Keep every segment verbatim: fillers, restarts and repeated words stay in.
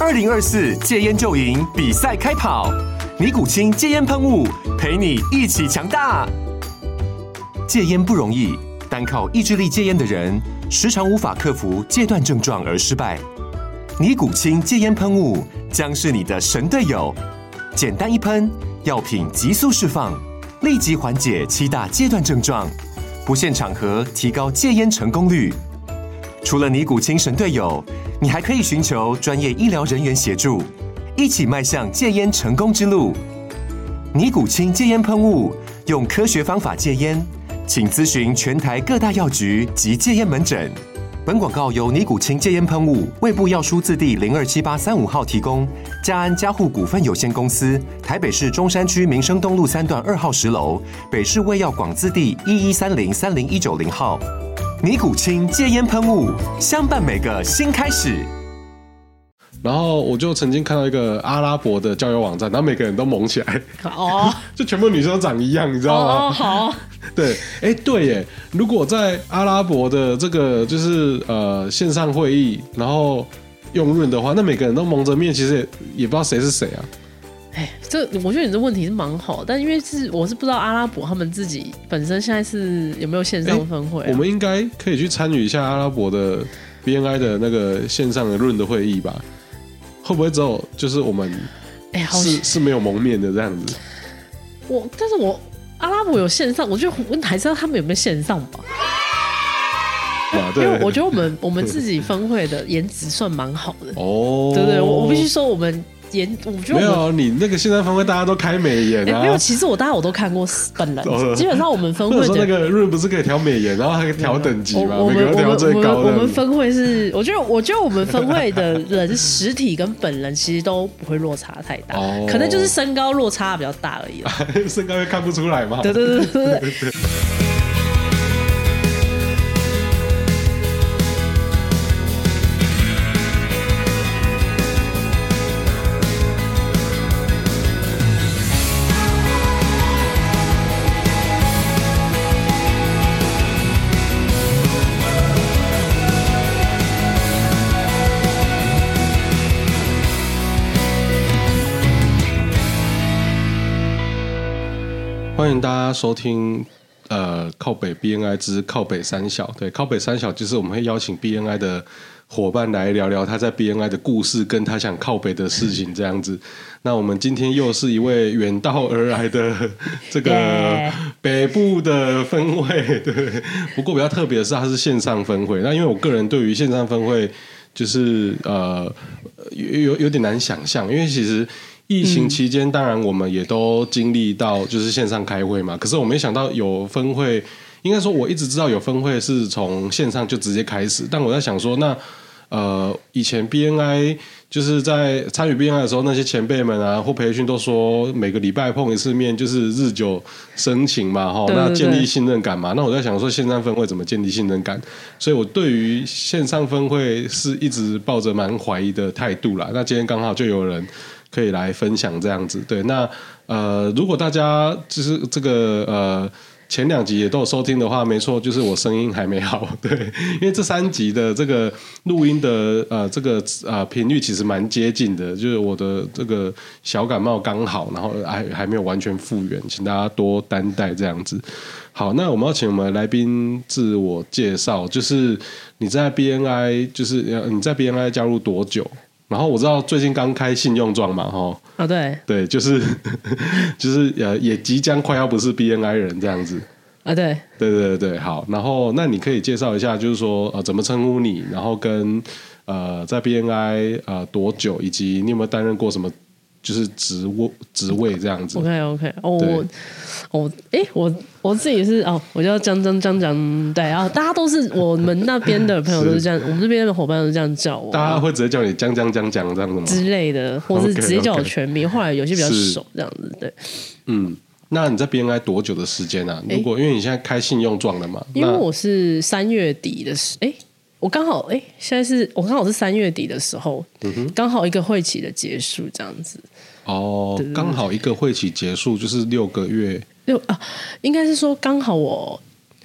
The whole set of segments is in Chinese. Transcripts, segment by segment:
二零二四戒烟就赢比赛开跑，尼古清戒烟喷雾陪你一起强大。戒烟不容易，单靠意志力戒烟的人，时常无法克服戒断症状而失败。尼古清戒烟喷雾将是你的神队友，简单一喷，药品急速释放，立即缓解七大戒断症状，不限场合提高戒烟成功率。除了尼古清神队友，你还可以寻求专业医疗人员协助，一起迈向戒烟成功之路。尼古清戒烟喷雾，用科学方法戒烟，请咨询全台各大药局及戒烟门诊。本广告由尼古清戒烟喷雾、卫部药书字第零二七八三五号提供，嘉安嘉护股份有限公司，台北市中山区民生东路三段二号十楼，北市卫药广字第一一三零三零一九零号。尼古清戒烟喷雾，相伴每个新开始。 然后我就曾经看到一个阿拉伯的交友网站，然后每个人都萌起来， 哦， 就全部女生都长一样，你知道吗？ 哦，好， 对，哎，对耶，如果在阿拉伯的这个就是呃线上会议，然后用润的话，那每个人都蒙着面，其实 也, 也不知道谁是谁啊。 哎，这我觉得你这问题是蛮好，但因为是我是不知道阿拉伯他们自己本身现在是有没有线上分会、啊， 我们应该可以去参与一下阿拉伯的 B N I 的那个线上的润的会议吧？会不会只有就是我们哎是是没有蒙面的这样子？ 我但是我阿拉伯有线上，我觉得问题还是要他们有没有线上吧。 对， 因为我觉得我们我们自己分会的颜值算蛮好的哦， 对不对？我我必须说我们。我觉得我没有你那个线上分会大家都开美颜啊、 欸、没有，其实我大家我都看过本人、哦、基本上我们分会的说那个润不是可以调美颜，然后还可以调等级吗？ 我们每个人调最高的。 我们分会是，我觉得我觉得我们分会的人实体跟本人其实都不会落差太大、哦、可能就是身高落差比较大而已啦身高又看不出来嘛。 对对对对对对欢迎大家收听呃靠北 B N I 之靠北三小。对，靠北三小就是我们会邀请 B N I 的伙伴来聊聊他在 B N I 的故事跟他想靠北的事情这样子。那我们今天又是一位远道而来的这个北部的分会，对，不过比较特别的是他是线上分会。那因为我个人对于线上分会就是呃有有点难想象，因为其实疫情期间当然我们也都经历到就是线上开会嘛，可是我没想到有分会，应该说我一直知道有分会是从线上就直接开始，但我在想说那呃以前 B N I 就是在参与 B N I 的时候，那些前辈们啊或培训都说每个礼拜碰一次面就是日久生情嘛，齁，那建立信任感嘛。那我在想说线上分会怎么建立信任感，所以我对于线上分会是一直抱着蛮怀疑的态度啦。那今天刚好就有人可以来分享这样子。对，那呃如果大家就是这个呃前两集也都有收听的话，没错，就是我声音还没好，对，因为这三集的这个录音的呃这个呃频率其实蛮接近的，就是我的这个小感冒刚好，然后还还没有完全复原，请大家多担待这样子。好，那我们要请我们来宾自我介绍，就是你在 B N I 就是你在 B N I 加入多久？然后我知道最近刚开信用状嘛，哈， 啊对， 对，就是就是呃，也即将快要不是 B N I 人这样子啊，对， 对对对，好，然后那你可以介绍一下，就是说呃怎么称呼你，然后跟呃在 B N I 呃多久，以及你有没有担任过什么就是职位职位这样子 ？OK OK， 哦我我哎我我自己是哦，我叫江江江江，对，然后大家都是我们那边的朋友都是这样，我们这边的伙伴都是这样叫我， 大家会直接叫你江江江江这样子吗？ 之类的，或是直接叫我全名。Okay, okay. 后来有些比较熟这样子，对， 嗯。那你在 B N I 多久的时间啊？如果因为你现在开信用状了嘛， 因为我是三月底的时，哎，我刚好哎，现在是我刚好是三月底的时候，嗯、刚好一个会期的结束这样子。 哦，刚好一个会期结束就是六个月。 六啊，应该是说刚好我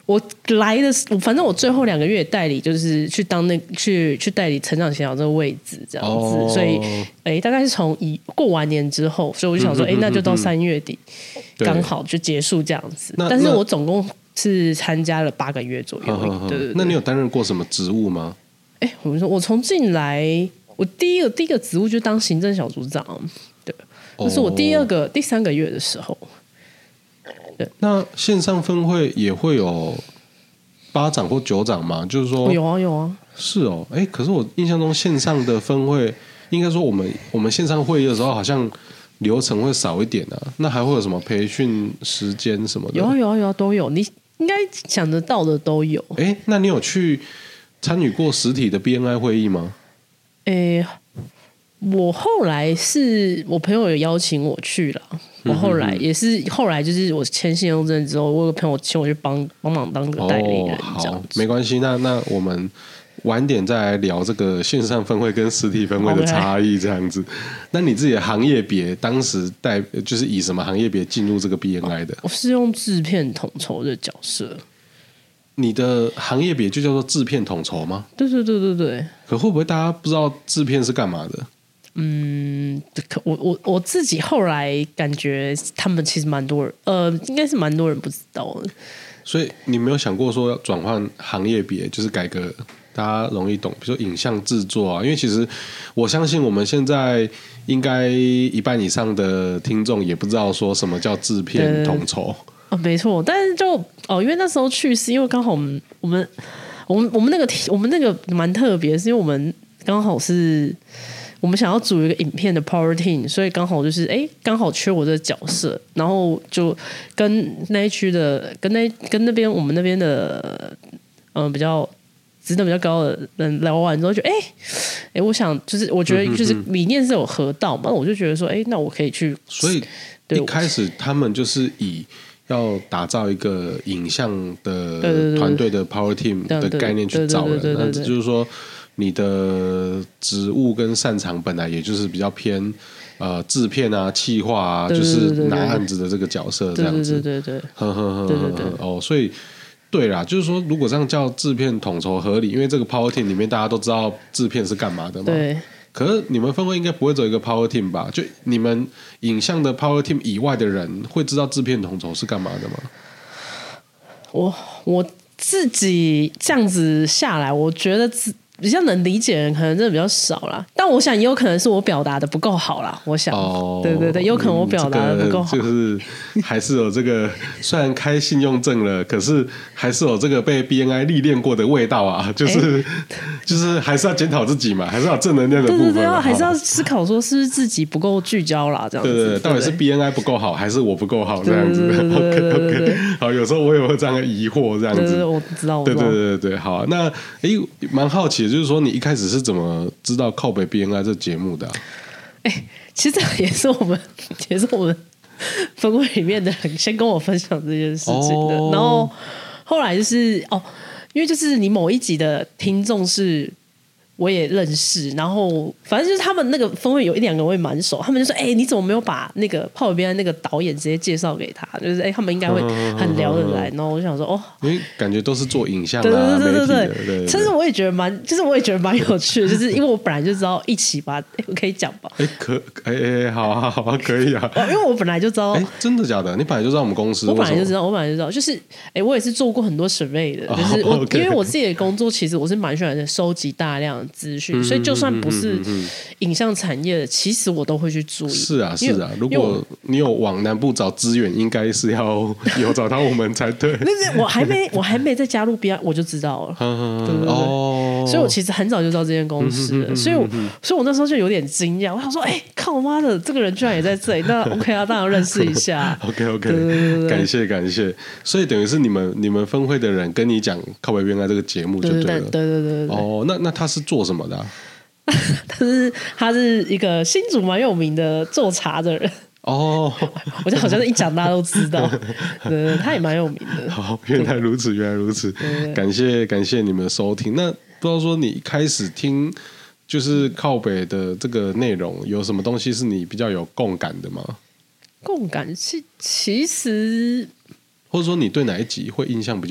我来的，反正我最后两个月代理就是去当那去去代理成长协调这个位置这样子，哦、所以哎，大概是从一过完年之后，所以我就想说，哎、嗯，那就到三月底刚好就结束这样子。但是我总共是参加了八个月左右。呵呵对对对， 那你有担任过什么职务吗？ 哎，我们说，我从进来，我第一个第一个职务就当行政小组长，对，那是我第二个、哦、第三个月的时候。 那线上分会也会有八长或九长吗？就是说有啊有啊， 是哦，哎，可是我印象中线上的分会，应该说我们我们线上会议的时候好像流程会少一点啊。那还会有什么培训时间什么的？ 有啊有啊有啊，都有，你应该想得到的都有。 哎，那你有去参与过实体的 B N I 会议吗？ 哎。我后来是我朋友有邀请我去了，我后来也是后来就是我签信用证之后，我有个朋友请我去帮帮忙当个代理人，这样、哦、 好，没关系。那那我们晚点再来聊这个线上分会跟实体分会的差异，这样子。那你自己的行业别当时带就是以什么行业别进入这个 B N I 的？ 我是用制片统筹的角色。 你的行业别就叫做制片统筹吗？ 对对对对对。 可会不会大家不知道制片是干嘛的？ 嗯，我我我自己后来感觉他们其实蛮多人，呃，应该是蛮多人不知道的。 所以你没有想过说要转换行业别，就是改革大家容易懂，比如说影像制作啊？因为其实我相信我们现在应该一半以上的听众也不知道说什么叫制片统筹。 哦，没错，但是就哦，因为那时候去是因为刚好我们我们我们我们那个我们那个蛮特别，是因为我们刚好是。我们想要组一个影片的 Power Team， 所以刚好就是哎，刚好缺我这个角色，然后就跟那一区的、跟那跟那边我们那边的嗯、呃、比较职能比较高的人聊完之后就，就哎哎，我想就是我觉得就是理念是有合到嘛，嗯、我就觉得说，哎，那我可以去。 所以一开始他们就是以要打造一个影像的团队的 Power Team 的概念去找人，那就是说。你的职务跟擅长本来也就是比较偏呃制片啊、企划啊，就是拿案子的这个角色这样子。 对对对对， 呵呵呵呵呵哦，所以对啦，就是说，如果这样叫制片统筹合理，因为这个 Power Team 里面大家都知道制片是干嘛的嘛。 对。 可是你们分会应该不会走一个 Power Team 吧？就你们影像的 Power Team 以外的人会知道制片统筹是干嘛的吗？ 我我自己这样子下来，我觉得自。比较能理解的人可能真的比较少啦，但我想也有可能是我表达的不够好啦。我想，哦、对对对，有可能我表达的不够好， 嗯这个、就是还是有这个虽然开信用证了，可是还是有这个被 B N I 历练过的味道啊，就是、欸、就是还是要检讨自己嘛，还是要正能量的部分，对对对， 还是要思考说是不是自己不够聚焦啦，这样子， 对对对，到底是 B N I 不够好，还是我不够好这样子 ？OK OK， 好，有时候我也会这样的疑惑，这样子， 对对对，我知道，我知道， 对对对对，好，那哎，蛮好奇的。就是说，你一开始是怎么知道靠北 B N I 这节目的、啊？ 哎、欸，其实这也是我们，也是我们分会里面的人先跟我分享这件事情的。哦、然后后来就是哦，因为就是你某一集的听众是我也认识，然后反正就是他们那个分会有一两个我也蛮熟，他们就说：“哎、欸，你怎么没有把那个靠北 B N I 那个导演直接介绍给他？就是哎、欸，他们应该会很聊得来。”然后我就想说：“哦， 因为感觉都是做影像、啊， 对对对对对对对。” 其实我也觉得蛮，就是我也觉得蛮有趣的，就是因为我本来就知道一起吧，哎、欸，我可以讲吧？ 哎、欸，可哎哎、欸，好啊好啊，可以啊。 因为我本来就知道，哎、 欸，真的假的？你本来就知道我们公司？ 我本来就知道，我本来就知道，就是哎、欸，我也是做过很多 survey 的，就是我、oh, okay. 因为我自己的工作，其实我是蛮喜欢收集大量的资讯，所以就算不是影像产业的，其实我都会去注意。 是啊，是啊。如果你有往南部找资源，应该是要有找到我们才对。 但是我还没，我还没再加入 B N I， 我就知道了。对对对哦，所以我其实很早就知道这间公司了。所以我，所以我那时候就有点惊讶，我想说，哎、欸，靠妈的，这个人居然也在这里，那 OK 啊，当然认识一下。 OK OK， 对对对对，感谢感谢。所以等于是你们你们分会的人跟你讲靠北 B N I 这个节目就对了。 对对对对对。 哦，那那他是做什么的、啊？ 他是他是一个新竹蛮有名的做茶的人哦， 我就好像是一讲大家都知道，对，他也蛮有名的。 好，原来如此，原来如此，感谢感谢你们的收听。那不知道说你一开始听就是靠北的这个内容，有什么东西是你比较有共感的吗？ 共感是其实， 或者说你对哪一集会印象比较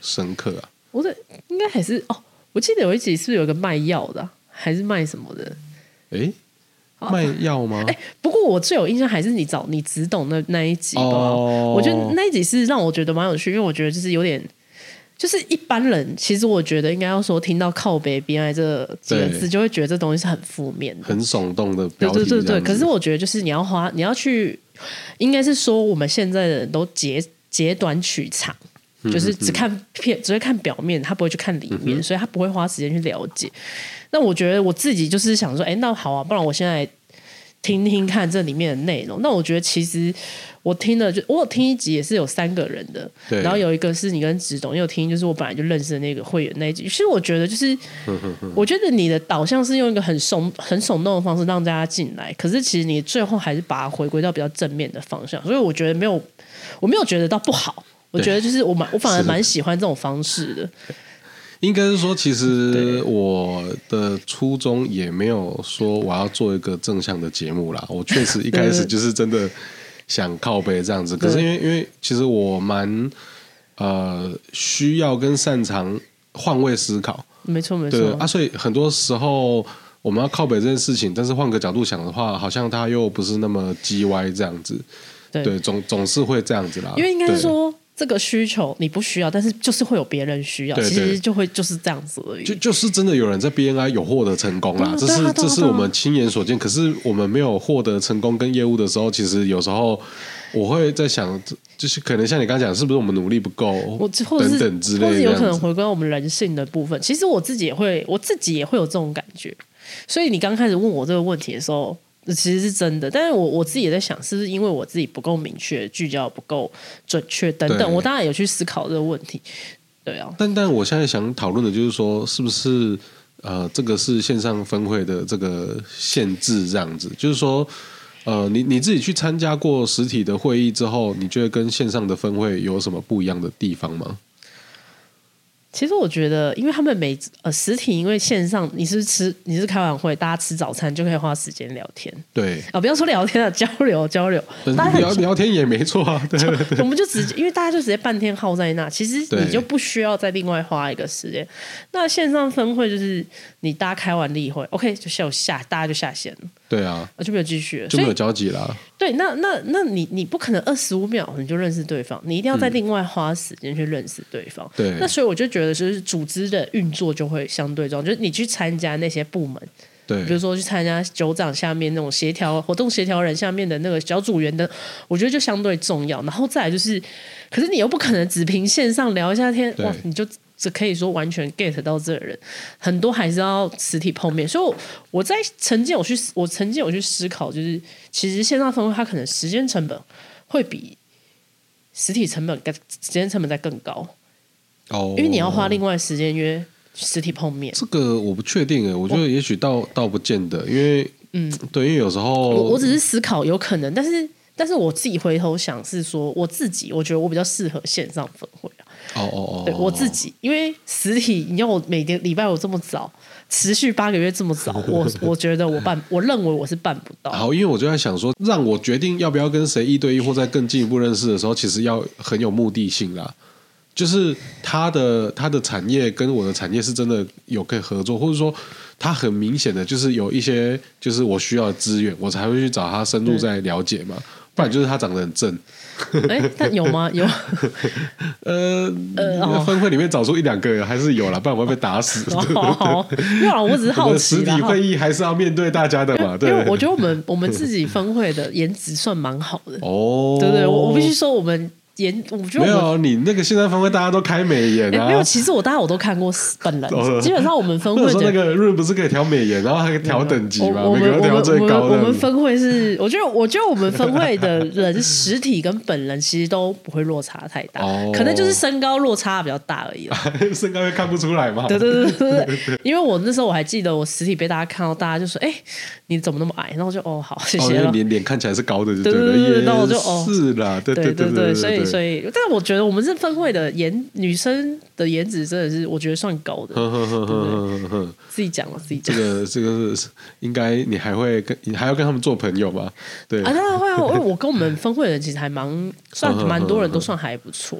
深刻啊？ 我的应该还是哦，我记得有一集是不是有个卖药的、啊，还是卖什么的？ 哎，卖药吗？ 哎，不过我最有印象还是你找你只懂那那一集吧。 哦， 我觉得那一集是让我觉得蛮有趣，因为我觉得就是有点。就是一般人，其实我觉得应该要说，听到靠北 B N I 这几个字，就会觉得这东西是很负面的、 很耸动的标题。 对对对对。可是我觉得，就是你要花，你要去，应该是说我们现在的人都截截短取长，就是只看片，只会看表面，他不会去看里面，嗯、所以他不会花时间去了解。那我觉得我自己就是想说，哎，那好啊，不然我现在听听看这里面的内容。那我觉得其实。我听了就我有听一集也是有三个人的，然后有一个是你跟直董，也有听就是我本来就认识的那个会员那一集。其实我觉得就是，我觉得你的导向是用一个很耸很耸动的方式让大家进来，可是其实你最后还是把它回归到比较正面的方向，所以我觉得没有我没有觉得到不好，我觉得就是我蛮我反而蛮喜欢这种方式的。 应该是说，其实我的初衷也没有说我要做一个正向的节目啦。我确实一开始就是真的。想靠北这样子，可是因为因为其实我蛮呃需要跟擅长换位思考， 没错没错对啊，所以很多时候我们要靠北这件事情，但是换个角度想的话，好像它又不是那么叽歪这样子，对，对总总是会这样子啦， 因为应该是说。这个需求你不需要，但是就是会有别人需要，对对其实就会就是这样子而已。 就就是真的有人在 B N I 有获得成功啦，嗯、这是、啊、这是我们亲眼所见。可是我们没有获得成功跟业务的时候，其实有时候我会在想，就是可能像你刚刚讲，是不是我们努力不够， 我等等之类的， 或者有可能回归到我们人性的部分。其实我自己也会，我自己也会有这种感觉。所以你刚开始问我这个问题的时候。其实是真的，但是我我自己也在想，是不是因为我自己不够明确、聚焦不够准确等等，我当然有去思考这个问题。对啊， 但但我现在想讨论的就是说，是不是呃，这个是线上分会的这个限制这样子？就是说，呃，你你自己去参加过实体的会议之后，你觉得跟线上的分会有什么不一样的地方吗？ 其实我觉得，因为他们每呃实体，因为线上你是吃你是开完会，大家吃早餐就可以花时间聊天。 对啊、哦，不要说聊天了，交流交流。 大家聊聊天也没错啊。对对对， 我们就直接，因为大家就直接半天耗在那，其实你就不需要再另外花一个时间。那线上分会就是你大家开完例会 ，OK 就下午下，大家就下线了。 对啊， 就没有继续了， 就没有交集啦。 对，那那那你你不可能二十五秒你就认识对方，你一定要再另外花时间去认识对方。 对、嗯， 那所以我就觉得，就是组织的运作就会相对重要，就是你去参加那些部门， 对， 比如说去参加酋长下面那种协调活动协调人下面的那个小组员的，我觉得就相对重要。然后再来就是，可是你又不可能只凭线上聊一下天，哇，你就。只可以说完全 get 到这个人，很多还是要实体碰面。所以我在曾经有去，我曾经有去思考，就是其实线上分会它可能时间成本会比实体成本更时间成本再更高哦，因为你要花另外时间约实体碰面。 这个我不确定诶，我觉得也许倒倒不见得，因为嗯，对，因为有时候我我只是思考有可能，但是但是我自己回头想是说，我自己我觉得我比较适合线上分会啊。 哦哦哦， 对我自己，因为实体，你要我每个礼拜我这么早，持续八个月这么早，我我觉得我办，我认为我是办不到。 好，因为我就在想说，让我决定要不要跟谁一对一或再更进一步认识的时候，其实要很有目的性啦。就是他的他的产业跟我的产业是真的有可以合作，或者说他很明显的就是有一些就是我需要的资源，我才会去找他深入再了解嘛。不然就是他长得很正。 哎，但有吗？有。 呃呃，分会里面找出一两个还是有啦，不然我会被打死。 好好，没有，我只是好奇。 实体会议还是要面对大家的嘛，对。 因为我觉得我们我们自己分会的颜值算蛮好的哦，对对，我我必须说我们。颜，我觉得没有你那个现在分会大家都开美颜啊， 欸、没有。其实我大家我都看过本人，基本上我们分会说那个润不是可以调美颜，然后还可以调等级嘛， 每个人调最高的。 我们分会是，我觉得我觉得我们分会的人实体跟本人其实都不会落差太大，哦、可能就是身高落差比较大而已啦。 身高会看不出来嘛？ 对对对对对。因为我那时候我还记得，我实体被大家看到，大家就说：“哎、欸，你怎么那么矮？”然后我就哦好，谢谢了。 哦、脸脸看起来是高的就对了， 对对对，然后我就哦是啦，对对对对， 所以所以，但是我。觉得我们这分会的颜女生的颜值真的是我觉得算高的，自己讲了自己讲。 这个这个是应该你还会跟你还要跟他们做朋友吧？对啊，当然会啊，因为我跟我们分会的人其实还蛮算蛮多人都算还不错啦。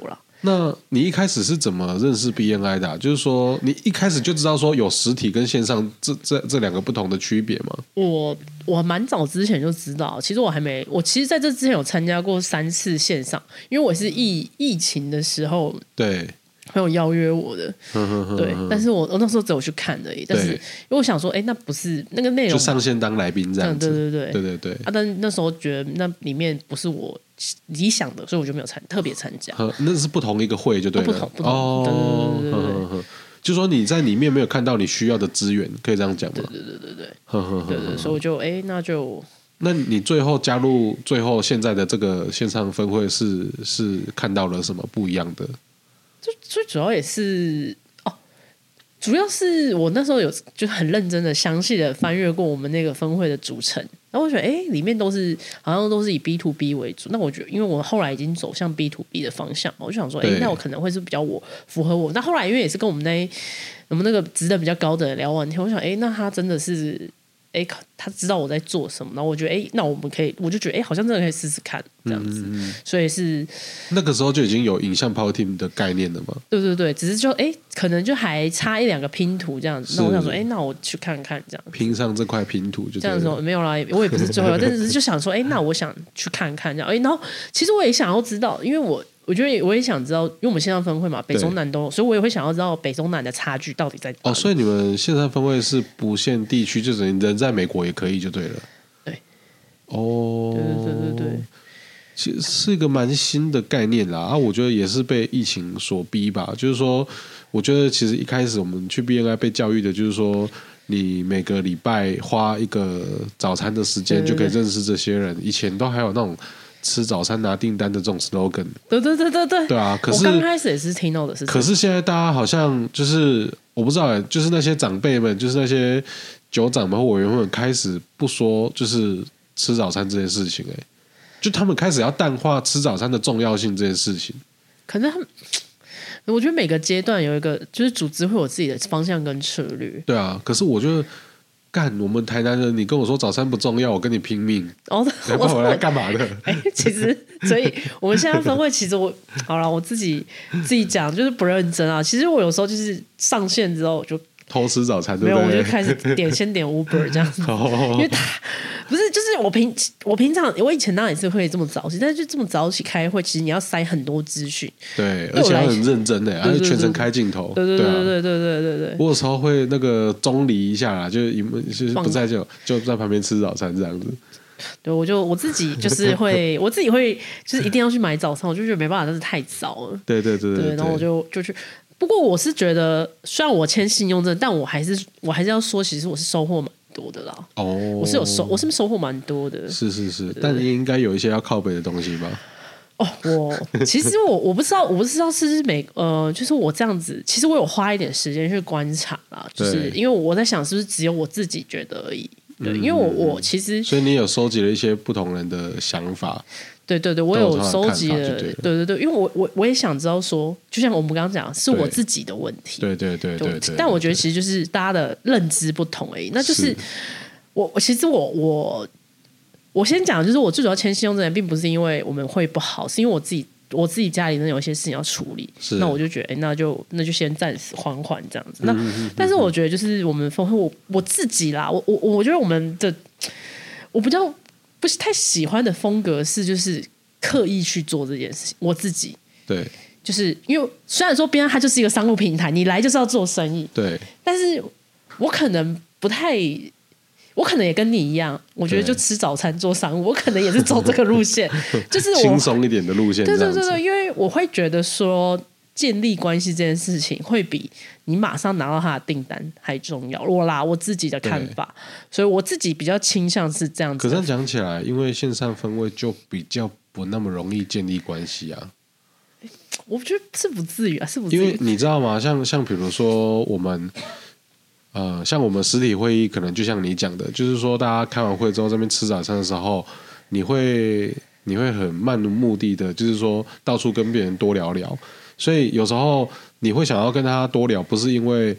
那你一开始是怎么认识 B N I 的、啊？就是说，你一开始就知道说有实体跟线上这这这两个不同的区别吗？ 我我蛮早之前就知道，其实我还没，我其实在这之前有参加过三次线上，因为我是疫疫情的时候， 对， 朋友邀约我的， 呵呵呵对，但是我我那时候只有去看而已，但是因为我想说，哎，那不是那个内容， 就上线当来宾这样子， 对对对对对对啊，但那时候觉得那里面不是我理想的，所以我就没有参特别参加。 那是不同一个会就对了， 哦、不同不同哦， 对对对对对对， 就说你在里面没有看到你需要的资源，可以这样讲吗？ 对对对对对， 呵呵呵对对，所以我就哎，那就那你最后加入最后现在的这个线上分会是是看到了什么不一样的？ 最最主要也是哦，主要是我那时候有就很认真的、详细的翻阅过我们那个分会的组成，然后我觉得哎，里面都是好像都是以 B to B 为主。那我觉得，因为我后来已经走向 B to B 的方向，我就想说，哎，那我可能会是比较我符合我。那后来因为也是跟我们那我们那个职等比较高的人聊完天，我想，哎，那他真的是。哎，他知道我在做什么，然后我觉得，哎，那我们可以，我就觉得，哎，好像真的可以试试看这样子，嗯嗯所以是那个时候就已经有影像 Power Team 的概念了吗？ 对对对，只是就哎，可能就还差一两个拼图这样子。那我想说，哎，那我去看看这样子， 拼上这块拼图就这样说没有啦，我也不是最后，但是就想说，哎，那我想去看看这样，哎，然后其实我也想要知道，因为我。我觉得我也想知道，因为我们线上分会嘛，北中南都有，所以我也会想要知道北中南的差距到底在哪里。 哦，所以你们线上分会是不限地区，就等于人在美国也可以就对了。 对， 哦， 对对对对对， 其实是一个蛮新的概念啦。啊，我觉得也是被疫情所逼吧。就是说，我觉得其实一开始我们去 B N I 被教育的就是说，你每个礼拜花一个早餐的时间就可以认识这些人。以前都还有那种。吃早餐拿订单的这种 slogan， 对对对对对， 对啊。可是我刚开始也是听到的是， 可是现在大家好像就是我不知道哎，就是那些长辈们，就是那些酒长们或委员们开始不说就是吃早餐这件事情哎，就他们开始要淡化吃早餐的重要性这件事情。 可能他们，我觉得每个阶段有一个就是组织会有自己的方向跟策略。 对啊，可是我觉得。干，我们台南人，你跟我说早餐不重要，我跟你拼命。 哦， 我来干嘛的？ 哎，其实，所以我们现在分会，其实我好了，我自己自己讲，就是不认真啊。其实我有时候就是上线之后我就偷吃早餐， 没有，我就开始点先点 Uber 这样子， 哦、 因为他不是就是我平我平常我以前当然也是会这么早起，但是就这么早起开会，其实你要塞很多资讯， 对，而且很认真的，而且全程开镜头， 对对对对对对对对。 我有时候会那个中离一下啦，就就是不在就就在旁边吃早餐这样子。 对，我就我自己就是会，我自己会就是一定要去买早餐，我就觉得没办法，真是太早了。 对对对 对, 对, 对，然后我就就去。不过我是觉得，虽然我签信用证，但我还是我还是要说，其实我是收获蛮多的啦。 哦， 我是有收，我是不是收获蛮多的？ 是是是，对对对，但应该有一些要靠北的东西吧？ 哦，我其实我我不知道，我不知道是不是每呃，就是我这样子，其实我有花一点时间去观察啦，就是因为我在想，是不是只有我自己觉得而已？对，嗯、因为我我其实， 所以你有收集了一些不同人的想法。 对对对，我有收集了，对对对，因为我我我也想知道说，就像我们刚刚讲，是我自己的问题， 对对对 对, 对, 对。 但我觉得其实就是大家的认知不同而已。那就是, 是我我其实我我我先讲，就是我最主要签信用证，并不是因为我们会不好，是因为我自己我自己家里真的有一些事情要处理，那我就觉得，哎，那就那就先暂时缓缓这样子。那、嗯、但是我觉得就是我们峰会，我我自己啦，我我我觉得我们的我比较。不是太喜欢的风格是就是刻意去做这件事情，我自己对， 就是因为虽然说边它就是一个商务平台，你来就是要做生意， 对， 但是我可能不太，我可能也跟你一样，我觉得就吃早餐做商务，我可能也是走这个路线，就是我轻松一点的路线， 对对对对，因为我会觉得说。建立关系这件事情会比你马上拿到他的订单还重要，我啦我自己的看法，所以我自己比较倾向是这样子。 可是讲起来，因为线上分位就比较不那么容易建立关系啊。 我觉得是不至于啊，是不至于。 因为你知道吗？像像比如说我们，呃，像我们实体会议，可能就像你讲的，就是说大家开完会之后这边吃早餐的时候，你会你会很漫无目的的，就是说到处跟别人多聊聊。所以有时候你会想要跟他多聊，不是因为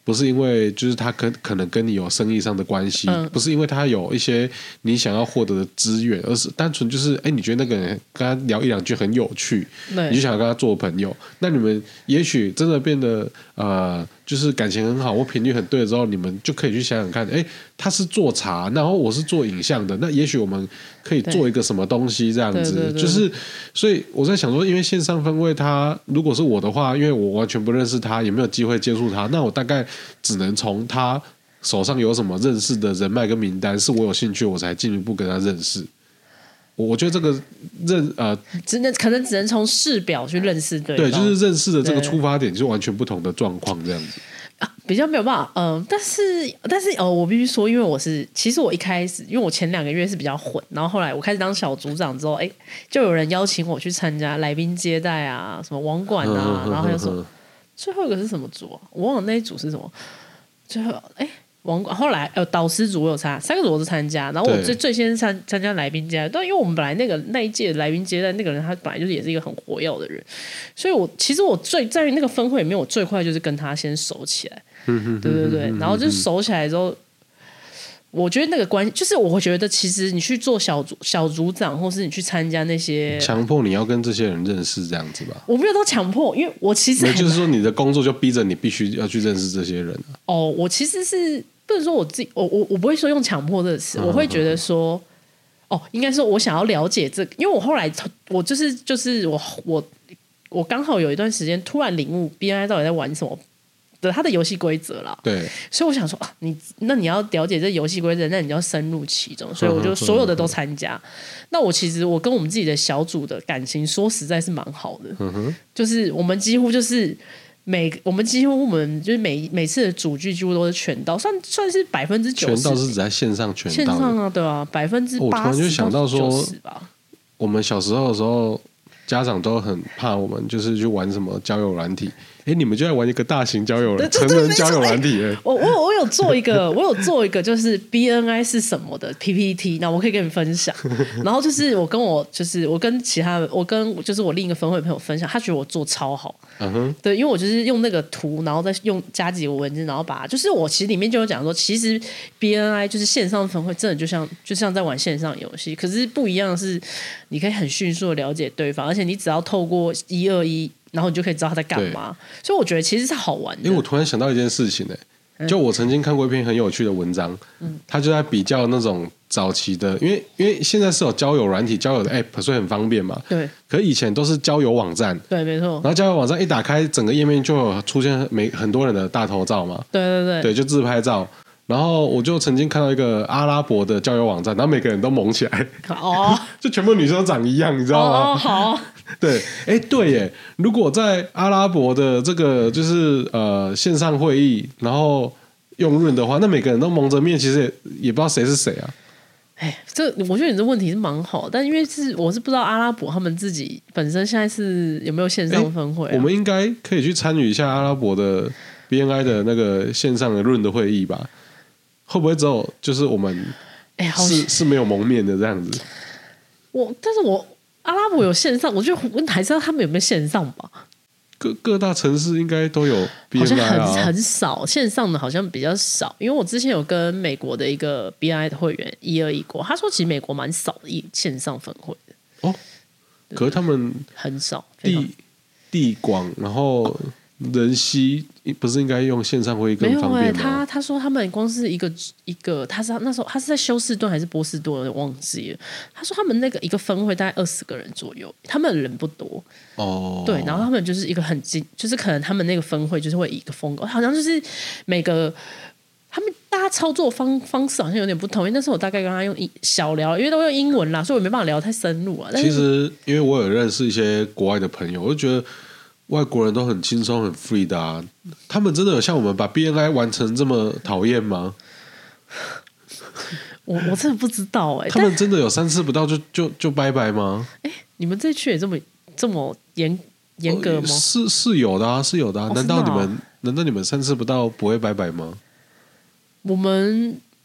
不是因为就是他跟可能跟你有生意上的关系， 嗯、 不是因为他有一些你想要获得的资源，而是单纯就是哎，你觉得那个人跟他聊一两句很有趣，你就想跟他做朋友。那你们也许真的变得呃，就是感情很好，或频率很对的时候，你们就可以去想想看，哎，他是做茶，然后我是做影像的，那也许我们可以做一个什么东西这样子， 对对对就是所以我在想说，因为线上分会他如果是我的话，因为我完全不认识他，也没有机会接触他，那我大概只能从他手上有什么认识的人脉跟名单，是我有兴趣，我才进一步跟他认识。我觉得这个认呃， 只能可能只能从视表去认识对方， 对，就是认识的这个出发点就完全不同的状况这样子。 啊、比较没有办法，嗯、呃，但是但是哦，我必须说，因为我是其实我一开始，因为我前两个月是比较混，然后后来我开始当小组长之后，哎，就有人邀请我去参加来宾接待啊，什么网馆啊，然后还有什么，最后一个是什么组啊？我忘了那一组是什么，最后哎。网管后来呃导师组我有参加，三个组我都参加，然后我最最先参参加来宾接待，但因为我们本来那个那一届的来宾接待那个人他本来就是也是一个很活跃的人，所以我其实我最在那个分会里面我最快就是跟他先熟起来，对对对，然后就熟起来之后，我觉得那个关就是我会觉得其实你去做小组小组长，或是你去参加那些强迫你要跟这些人认识这样子吧， 我没有到强迫，因为我其实就是说你的工作就逼着你必须要去认识这些人、啊、 哦，我其实是。不能说我自己，我我我不会说用强迫这个词，我会觉得说，哦，应该说我想要了解这个，因为我后来我就是就是我我我刚好有一段时间突然领悟 B N I 到底在玩什么的，它的游戏规则啦。 对， 所以我想说啊，你那你要了解这游戏规则，那你就要深入其中，所以我就所有的都参加。那我其实我跟我们自己的小组的感情，说实在是蛮好的，嗯、就是我们几乎就是。每我们几乎我们就是每每次的主剧几乎都是全到，算算是百分之九十。 全到是指在线上全到线上啊，对啊，百分之八十。 我突然就想到说， 吧我们小时候的时候，家长都很怕我们，就是去玩什么交友软体。哎，你们就在玩一个大型交友成人交友软体、欸。 我我我有做一个，我有做一个，就是 B N I 是什么的 P P T， 那我可以跟你分享。然后就是我跟我就是我跟其他我跟就是我另一个分会朋友分享，他觉得我做超好。嗯哼，对，因为我就是用那个图，然后再用加几个文字，然后把就是我其实里面就有讲说，其实 B N I 就是线上分会，真的就像就像在玩线上游戏，可是不一样的是，你可以很迅速的了解对方，而且你只要透过一二一。然后你就可以知道他在干嘛，所以我觉得其实是好玩的。 因为我突然想到一件事情、欸、就我曾经看过一篇很有趣的文章，嗯、他就在比较那种早期的，因为因为现在是有交友软体、交友的 app， 所以很方便嘛。 对。 可是以前都是交友网站， 对，没错。 然后交友网站一打开，整个页面就有出现每很多人的大头照嘛。 对对对。 对，就自拍照。然后我就曾经看到一个阿拉伯的交友网站，然后每个人都萌起来，哦，就全部女生都长一样，你知道吗？ 哦，好。 对，哎，对耶！如果在阿拉伯的这个就是呃线上会议，然后用润的话，那每个人都蒙着面，其实 也, 也不知道谁是谁啊。 哎，这我觉得你这问题是蛮好，但因为是我是不知道阿拉伯他们自己本身现在是有没有线上分会、啊。 我们应该可以去参与一下阿拉伯的 B N I 的那个线上的润的会议吧？会不会只有就是我们哎是是没有蒙面的这样子？ 我但是我。阿拉伯有线上，我觉得还是要他们有没有线上吧。 各各大城市应该都有 B N I 啊， 好像很很少线上的，好像比较少。因为我之前有跟美国的一个 B N I 的会员一二一过，他说其实美国蛮少的线上分会的。 哦，可是他们很少， 地地广，然后人稀，不是应该用线上会议更方便吗？ 没有、欸、他他说他们光是一个一个，他是那时候他是在休斯顿还是波士顿，我忘记了。他说他们那个一个分会大概二十个人左右，他们人不多哦。对，然后他们就是一个很精，就是可能他们那个分会就是会以一个风格，好像就是每个他们大家操作方方式好像有点不同。因为那时候我大概跟他用小聊，因为都用英文啦，所以我没办法聊太深入啊。 其实因为我有认识一些国外的朋友，我就觉得。外国人都很轻松很 free 的啊，他们真的有像我们把 B N I 玩成这么讨厌吗？ 我我真的不知道哎、欸， 他们真的有三次不到就就就拜拜吗？ 哎、欸，你们这区也这么这么严严格吗？ 是是有的啊，是有的啊。 哦、 难道你们、哦、难道你们三次不到不会拜拜吗？ 我们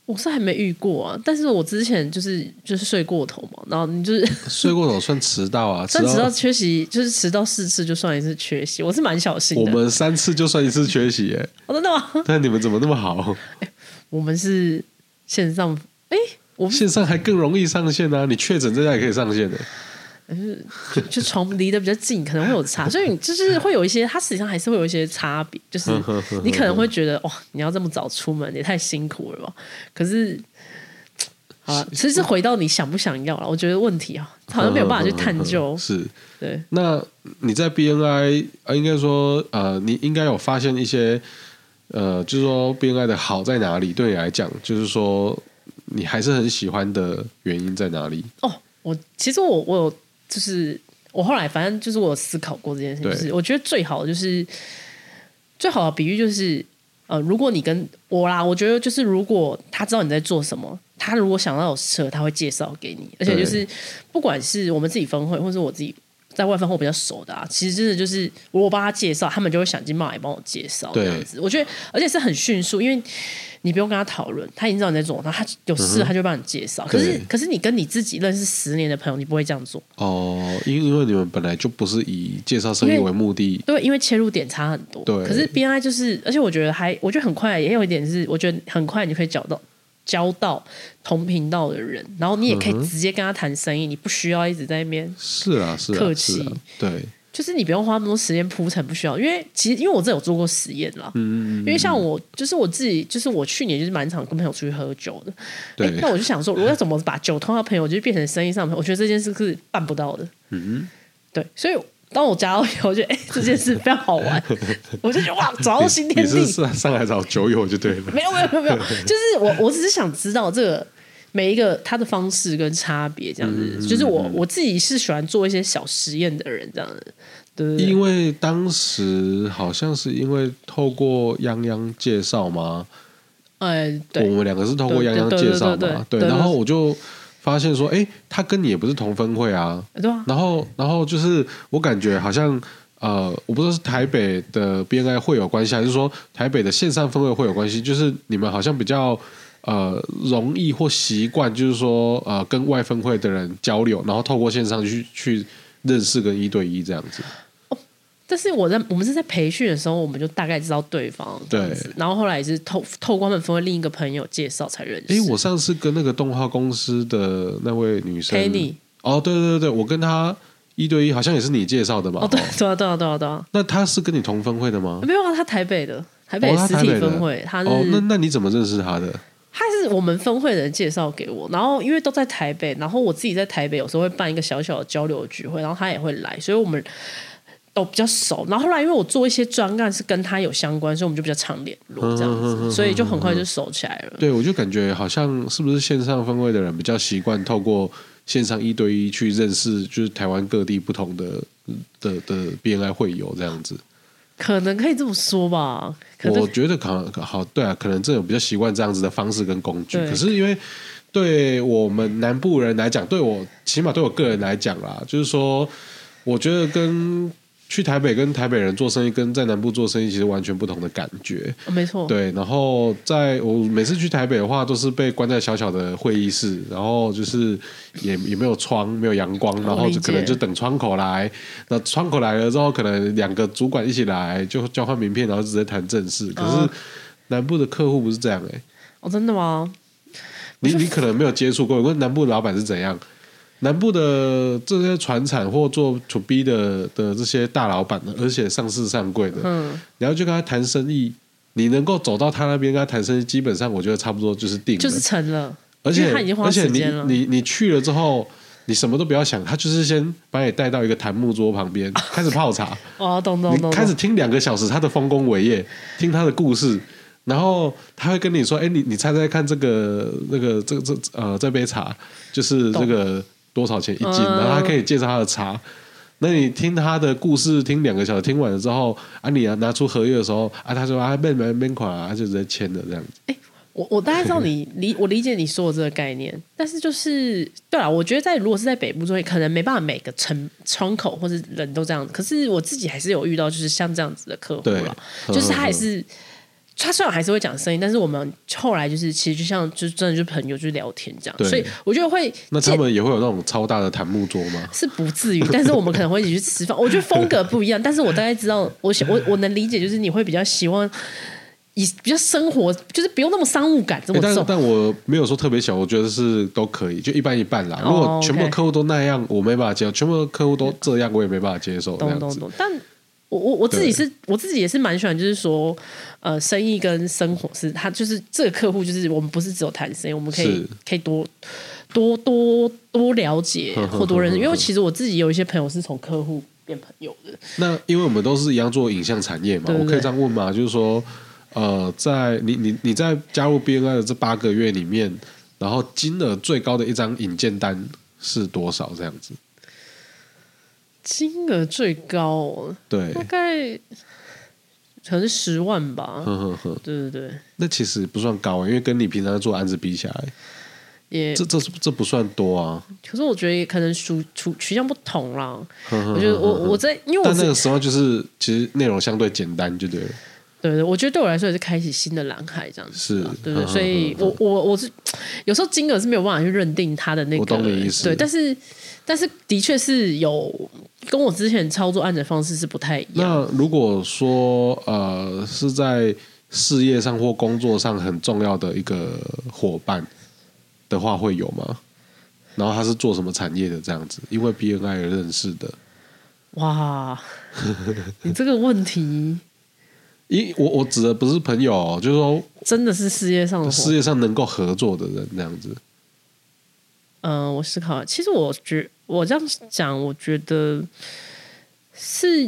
我是还没遇过啊，但是我之前就是就是睡过头嘛，然后你就是睡过头算迟到啊， 但迟到缺席就是迟到四次就算一次缺席，我是蛮小心的。 我们三次就算一次缺席耶， 哦，真的吗？ 但你们怎么那么好？ 欸、我们是线上，哎、欸，我线上还更容易上线啊！你确诊在家也可以上线的。 就就床离得比较近，可能会有差，所以你就是会有一些，它实际上还是会有一些差别，就是你可能会觉得哇，你要这么早出门也太辛苦了吧？可是，好了，其实回到你想不想要了，我觉得问题啊，好像没有办法去探究。 是， 对。 那你在 B N I 呃，应该说呃，你应该有发现一些呃，就是说 B N I 的好在哪里？对你来讲，就是说你还是很喜欢的原因在哪里？ 哦，我其实我我有。就是我后来反正就是我有思考过这件事情，就是我觉得最好的就是最好的比喻就是呃，如果你跟我啦，我觉得就是如果他知道你在做什么，他如果想要有车，他会介绍给你，而且就是不管是我们自己分会，或是我自己在外分会比较熟的啊，其实真的就是如果帮他介绍，他们就会想尽办法来帮我介绍这样子。我觉得而且是很迅速，因为你不用跟他讨论，他已经知道你在做，然后他有事他就帮你介绍。嗯、可是可是你跟你自己认识十年的朋友，你不会这样做哦，因因为你们本来就不是以介绍生意为目的， 对，因为切入点差很多。对，可是 B N I 就是，而且我觉得还，我觉得很快也有一点是，我觉得很快你可以交到交到同频道的人，然后你也可以直接跟他谈生意，嗯、你不需要一直在那边是啊是啊客气、啊，对。 就是你不用花那么多时间铺陈，不需要，因为其实因为我这有做过实验啦，嗯，因为像我就是我自己，就是我去年就是蛮常跟朋友出去喝酒的，对，欸、那我就想说，我要怎么把酒通到朋友，就是变成生意上的朋友，我觉得这件事是办不到的，嗯，对，所以当我加到以后，我觉得哎、欸、这件事非常好玩，我就觉得哇，找到新天地， 你是上来找酒友就对了， 没有没有没有没有，就是我我只是想知道这个。每一个他的方式跟差别，这样子，嗯、就是我我自己是喜欢做一些小实验的人，这样子。对, 对， 因为当时好像是因为透过泱泱介绍嘛， 哎，对， 我们两个是透过泱泱介绍嘛，对，然后我就发现说，哎，他跟你也不是同分会啊， 对啊， 然后然后就是我感觉好像。呃，我不知道是台北的 B N I 会有关系，还是说台北的线上分会会有关系？就是你们好像比较呃容易或习惯，就是说呃跟外分会的人交流，然后透过线上去去认识跟一对一这样子。 哦，但是我在我们是在培训的时候，我们就大概知道对方这样子，然后后来也是透透过他们分会另一个朋友介绍才认识。 哎，我上次跟那个动画公司的那位女生 Penny， 哦，对对对，我跟她。一对一好像也是你介绍的嘛？ 哦，对对啊对啊对啊对啊。 那他是跟你同分会的吗？ 没有啊，他台北的，台北实体分会， 哦、 他是。 哦，那那你怎么认识他的？ 他是我们分会的人介绍给我，然后因为都在台北，然后我自己在台北有时候会办一个小小的交流聚会，然后他也会来，所以我们都比较熟。然后后来因为我做一些专案是跟他有相关，所以我们就比较常联络这样子，嗯、所以就很快就熟起来了。 对，我就感觉好像是不是线上分会的人比较习惯透过。线上一对一去认识，就是台湾各地不同的的的 B N I 会友这样子， 可能可以这么说吧。 我觉得可能好，对啊，可能这种比较习惯这样子的方式跟工具。可是因为对我们南部人来讲，对我起码对我个人来讲啦，就是说，我觉得跟去台北跟台北人做生意，跟在南部做生意其实完全不同的感觉。 哦、没错。 对，然后在我每次去台北的话，都是被关在小小的会议室，然后就是也也没有窗，没有阳光，然后就可能就等窗口来。那窗口来了之后，可能两个主管一起来，就交换名片，然后直接谈正事。可是南部的客户不是这样哎、欸。 哦，真的吗？ 你你可能没有接触过，问南部的老板是怎样。南部的这些传产或做 to B 的的这些大老板呢，而且上市上柜的，嗯，然后就跟他谈生意，你能够走到他那边跟他谈生意，基本上我觉得差不多就是定了， 就是成了。 而且他已经花时间了， 而且你你你去了之后，你什么都不要想，他就是先把你带到一个檀木桌旁边，开始泡茶。 哦，懂懂懂。 你开始听两个小时他的丰功伟业，听他的故事。然后他会跟你说：“哎，你你猜猜看，这个那个这个这呃这杯茶就是这个。”多少钱一斤？然后他可以介绍他的茶。那你听他的故事，听两个小时，听完了之后啊，你拿出合约的时候啊，他说啊，没没没款啊，他就直接签了这样子。 哎，我我大概知道你理我理解你说的这个概念，但是就是对啊，我觉得在如果是在北部做，可能没办法每个城窗口或是人都这样子。可是我自己还是有遇到，就是像这样子的客户啦，就是他也是。 他虽然还是会讲生意，但是我们后来就是其实就像就真的就是朋友，就是聊天这样，所以我觉得会。 那他们也会有那种超大的檀木桌吗？ 是不至于，但是我们可能会一起去吃饭。我觉得风格不一样，但是我大概知道，我我我能理解，就是你会比较希望。以比较生活，就是不用那么商务感这么重。 欸、但, 但我没有说特别小，我觉得是都可以，就一半一半啦。如果全部客户都那样， oh, okay. 我没办法接受；全部客户都这样，我也没办法接受。 懂懂懂。但我我我自己是，我自己也是蛮喜欢，就是说，呃，生意跟生活是，他就是这个客户，就是我们不是只有谈生意，我们可以可以多多多多了解或多认识。因为其实我自己有一些朋友是从客户变朋友的。 那因为我们都是一样做影像产业嘛，对对对，我可以这样问吗？就是说。呃，在你你你在加入 B N I 的这八个月里面，然后金额最高的一张引荐单是多少？这样子， 金额最高， 对， 大概可能是十万吧。 呵呵呵， 对对对， 那其实不算高，因为跟你平常做案子比起来，也这这这不算多啊。 可是我觉得可能属属取向不同啦。呵呵呵呵，我觉得我我在因为我但那个时候就是其实内容相对简单，就对了。 对对，我觉得对我来说也是开启新的蓝海这样子， 是， 对对，所以我我我是有时候金额是没有办法去认定它的那个， 我懂你意思， 对，但是但是的确是有跟我之前操作案的方式是不太一样。 那如果说呃是在事业上或工作上很重要的一个伙伴的话，会有吗？然后他是做什么产业的这样子？因为 B N I 而认识的。 哇，你这个问题。 因我我指的不是朋友，就是说真的是事业上的事业上能够合作的人那样子。 嗯、呃，我思考，其实我觉我这样讲，我觉得是，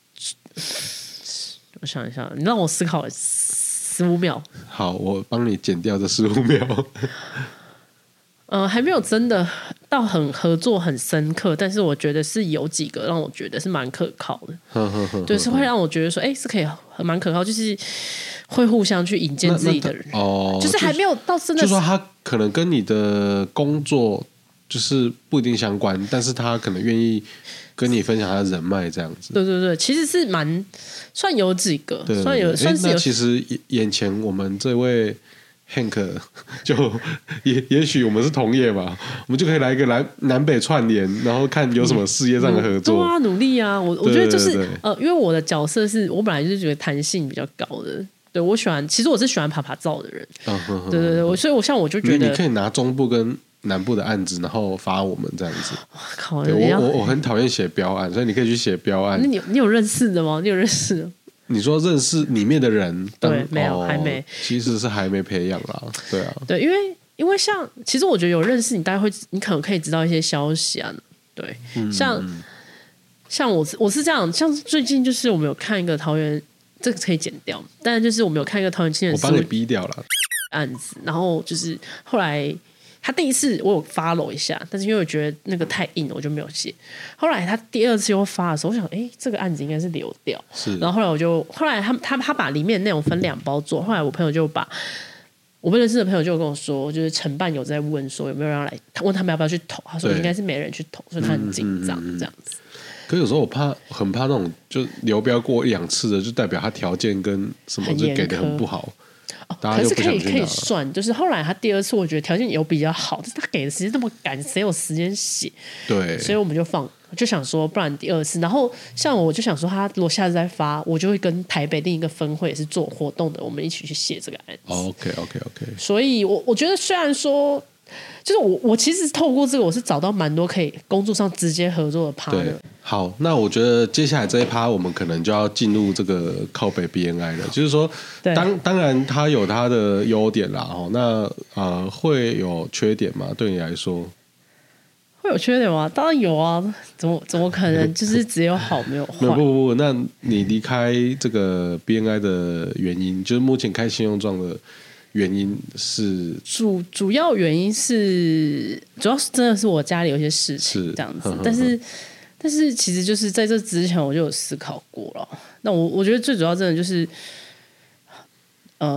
我想一下，你让我思考十五秒。 好，我帮你剪掉这十五秒。 呃，还没有真的到很合作很深刻，但是我觉得是有几个让我觉得是蛮可靠的， 呵呵呵， 对，是会让我觉得说，哎、欸，是可以蛮可靠，就是会互相去引荐自己的人， 哦， 就是还没有到真的， 就说他可能跟你的工作就是不一定相关，但是他可能愿意跟你分享他的人脉这样子。 对对对，其实是蛮算有几个，对对对，算有，算是有。 那其实眼前我们这位。Hank 就也也许我们是同业嘛，我们就可以来一个南南北串联，然后看有什么事业上的合作。 对啊，努力啊！我我觉得就是呃，因为我的角色是我本来就是觉得弹性比较高的，对我喜欢，其实我是喜欢爬爬照的人。嗯哼哼，对对对，所以我像我就觉得你可以拿中部跟南部的案子，然后发我们这样子。 哇靠！ 我我我很讨厌写标案，所以你可以去写标案。 那你你有认识的吗？你有认识的？ 你说认识里面的人， 对，没有、哦，还没， 其实是还没培养啦，对啊， 对，因为因为像，其实我觉得有认识你，大概会，你可能可以知道一些消息啊，对，嗯、像像我我是这样，像最近就是我们有看一个桃园，这个可以剪掉，但就是我们有看一个桃园青年， 我帮你逼掉了案子，然后就是后来。他第一次我有 follow 一下，但是因为我觉得那个太硬了，我就没有写。后来他第二次又发的时候，我想，哎，这个案子应该是流掉。 是。 然后后来我就，后来他他他把里面的内容分两包做。后来我朋友就把，我不认识的朋友就跟我说，就是承办有在问说有没有人要来，问他们要不要去投。他说应该是没人去投，所以他很紧张这样子。 可是有时候我怕，很怕那种就流标过一两次的，就代表他条件跟什么就给的很不好。 哦、可是可以可以算，就是后来他第二次，我觉得条件有比较好，但是他给的时间那么赶，谁有时间写？ 对， 所以我们就放，就想说，不然第二次。然后像我就想说，他如果下次再发，我就会跟台北另一个分会也是做活动的，我们一起去写这个案子。 Oh, OK OK OK。 所以我我觉得虽然说，就是我我其实透过这个，我是找到蛮多可以工作上直接合作的 partner。 好，那我觉得接下来这一趴，我们可能就要进入这个靠北 B N I 了。就是说，当当然它有它的优点啦，哦，那呃会有缺点吗？对你来说， 会有缺点吗？当然有啊，怎么怎么可能就是只有好没有坏？ 不不不，那你离开这个 B N I 的原因，就是目前开信用状的原因是主主要原因是，主要是真的是我家里有一些事情这样子，呵呵呵但是。但是其实就是在这之前我就有思考过了。那我我觉得最主要真的就是，呃，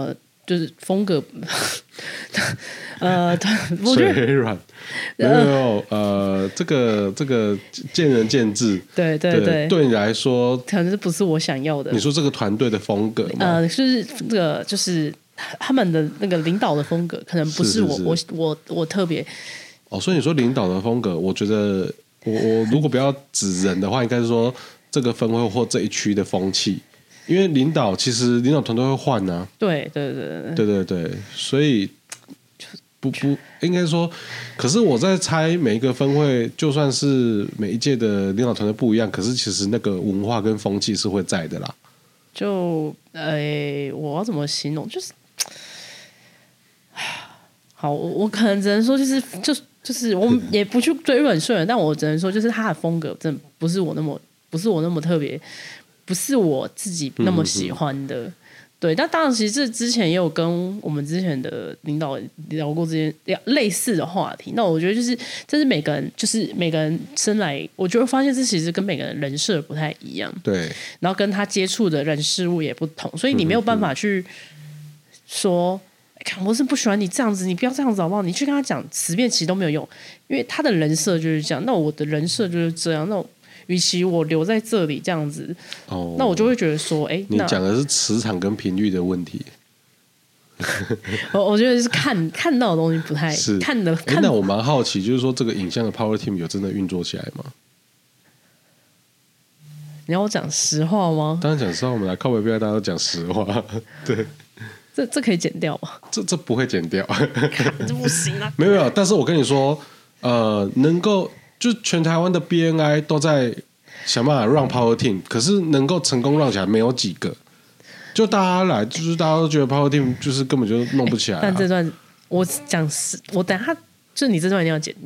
就是风格，呃，我觉得水软。没有呃，这个这个见仁见智， 对对对， 对， 对你来说， 可能不是我想要的。 你说这个团队的风格吗？ 呃，就是这个，就是他们的那个领导的风格，可能不是我是是是我我我特别。 哦，所以你说领导的风格，我觉得我我如果不要指人的话，应该是说这个分会或这一区的风气，因为领导其实领导团队会换啊， 对对对对对对对，所以不不应该说，可是我在猜每一个分会，就算是每一届的领导团队不一样，可是其实那个文化跟风气是会在的啦。 就呃，我要怎么形容？就是好，我我可能只能说，就是就就是我也不去追问顺人，但我只能说，就是他的风格真的不是我那么不是我那么特别，不是我自己那么喜欢的。嗯嗯对，但当然，其实这之前也有跟我们之前的领导聊过这些类似的话题。那我觉得就是，这是每个人，就是每个人生来，我就会发现这其实跟每个人人设不太一样。 对， 然后跟他接触的人事物也不同，所以你没有办法去说，看、嗯、我是不喜欢你这样子，你不要这样子好不好？你去跟他讲十遍其实都没有用，因为他的人设就是这样。那我的人设就是这样，那我。与其我留在这里这样子，哦，那我就会觉得说，哎， 你讲的是磁场跟频率的问题。 我我觉得是看看到的东西不太是看的。看那我蛮好奇，就是说这个影像的 Power Team 有真的运作起来吗？ 你要我讲实话吗？ 当然讲实话，我们来靠北边，大家都讲实话。对， 这这可以剪掉吗？ 这这不会剪掉， 这不行啊！ 没有没有，但是我跟你说，呃，能够。就全台湾的 B N I 都在想办法让 Power Team， 可是能够成功让起来没有几个。就大家来，就是大家都觉得 Power Team 就是根本就弄不起来、啊。 但这段我讲是，我等下就你这段一定要剪。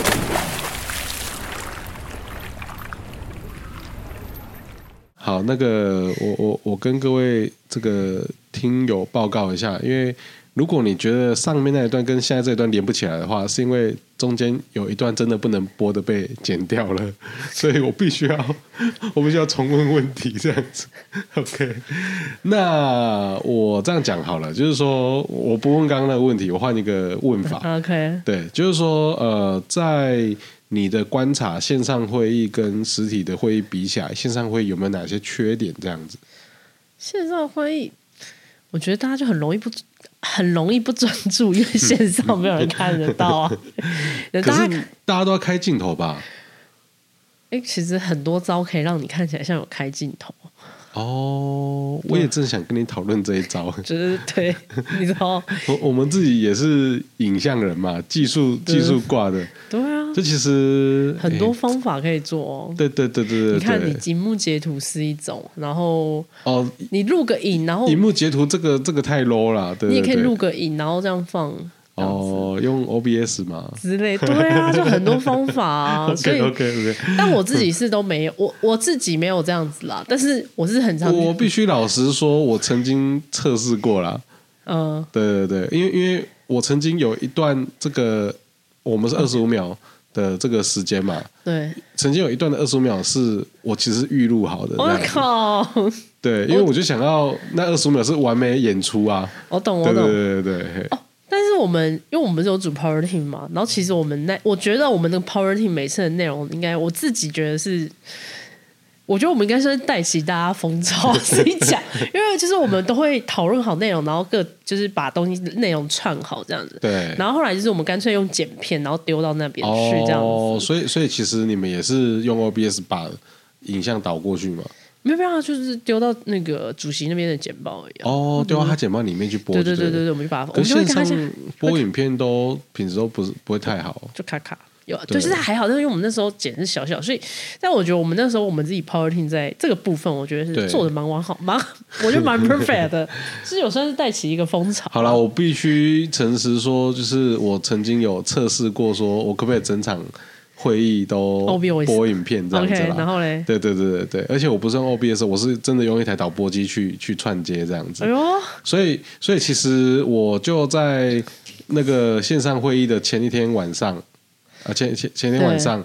好，那个我我我跟各位这个听友报告一下，因为如果你觉得上面那一段跟现在这一段连不起来的话，是因为中间有一段真的不能播的被剪掉了，所以我必须要我必须要重问问题这样子。OK， 那我这样讲好了，就是说我不问刚刚那个问题，我换一个问法。 OK， 对，就是说呃，在你的观察，线上会议跟实体的会议比起来，线上会议有没有哪些缺点？这样子， 线上会议，我觉得大家就很容易不。很容易不专注，因为线上没有人看得到啊。 可是大家都要开镜头吧？ 哎、欸，其实很多招可以让你看起来像有开镜头。 哦，我也正想跟你讨论这一招。 就是对，你知道， 我我们自己也是影像人嘛，技术技术挂的。 对啊， 这其实很多方法可以做哦。 对对对对对， 你看，你荧幕截图是一种，然后哦， 你录个影，然后荧幕截图这个这个太 low 了，对， 你也可以录个影，然后这样放。 哦，用 O B S 嘛之类，对啊，就很多方法啊。 okay, 所以 OK OK， 但我自己是都没有，我我自己没有这样子啦。但是我是很常， 我必须老实说，我曾经测试过啦。嗯，对对对，因为因为我曾经有一段这个，我们是二十五秒的这个时间嘛， 对， 曾经有一段的二十五秒是我其实预录好的。 我靠！ 对，因为我就想要那二十五秒是完美演出啊。 我懂，我懂， 对对对对对。 哦，但是我们因为我们是有组 Power Team 嘛，然后其实我们那我觉得我们的 Power Team 每次的内容，应该我自己觉得是。我觉得我们应该是带起大家风潮，自己讲，因为就是我们都会讨论好内容，然后各就是把东西内容串好这样子。 对。 然后后来就是我们干脆用剪片，然后丢到那边去这样子。 哦，所以所以其实你们也是用 O B S 把影像导过去吗？ 没有没有，就是丢到那个主席那边的简报而已。 哦，丢到他简报里面去播。 对对对对对，我们就把它。可是线上播影片都品质都不是不会太好， 就卡卡。有，就是还好，但是因为我们那时候剪是小小，所以，但我觉得我们那时候我们自己 Power Team 在这个部分，我觉得是做的蛮完好，蛮我觉得蛮 perfect 的，是有算是带起一个风潮。 好啦，我必须诚实说，就是我曾经有测试过，说我可不可以整场会议都播影片这样子啦。 okay, 然后嘞， 对对对对对，而且我不是用 O B S， 我是真的用一台导播机去去串接这样子。哎呦，所以所以其实我就在那个线上会议的前一天晚上。啊，前前前天晚上，或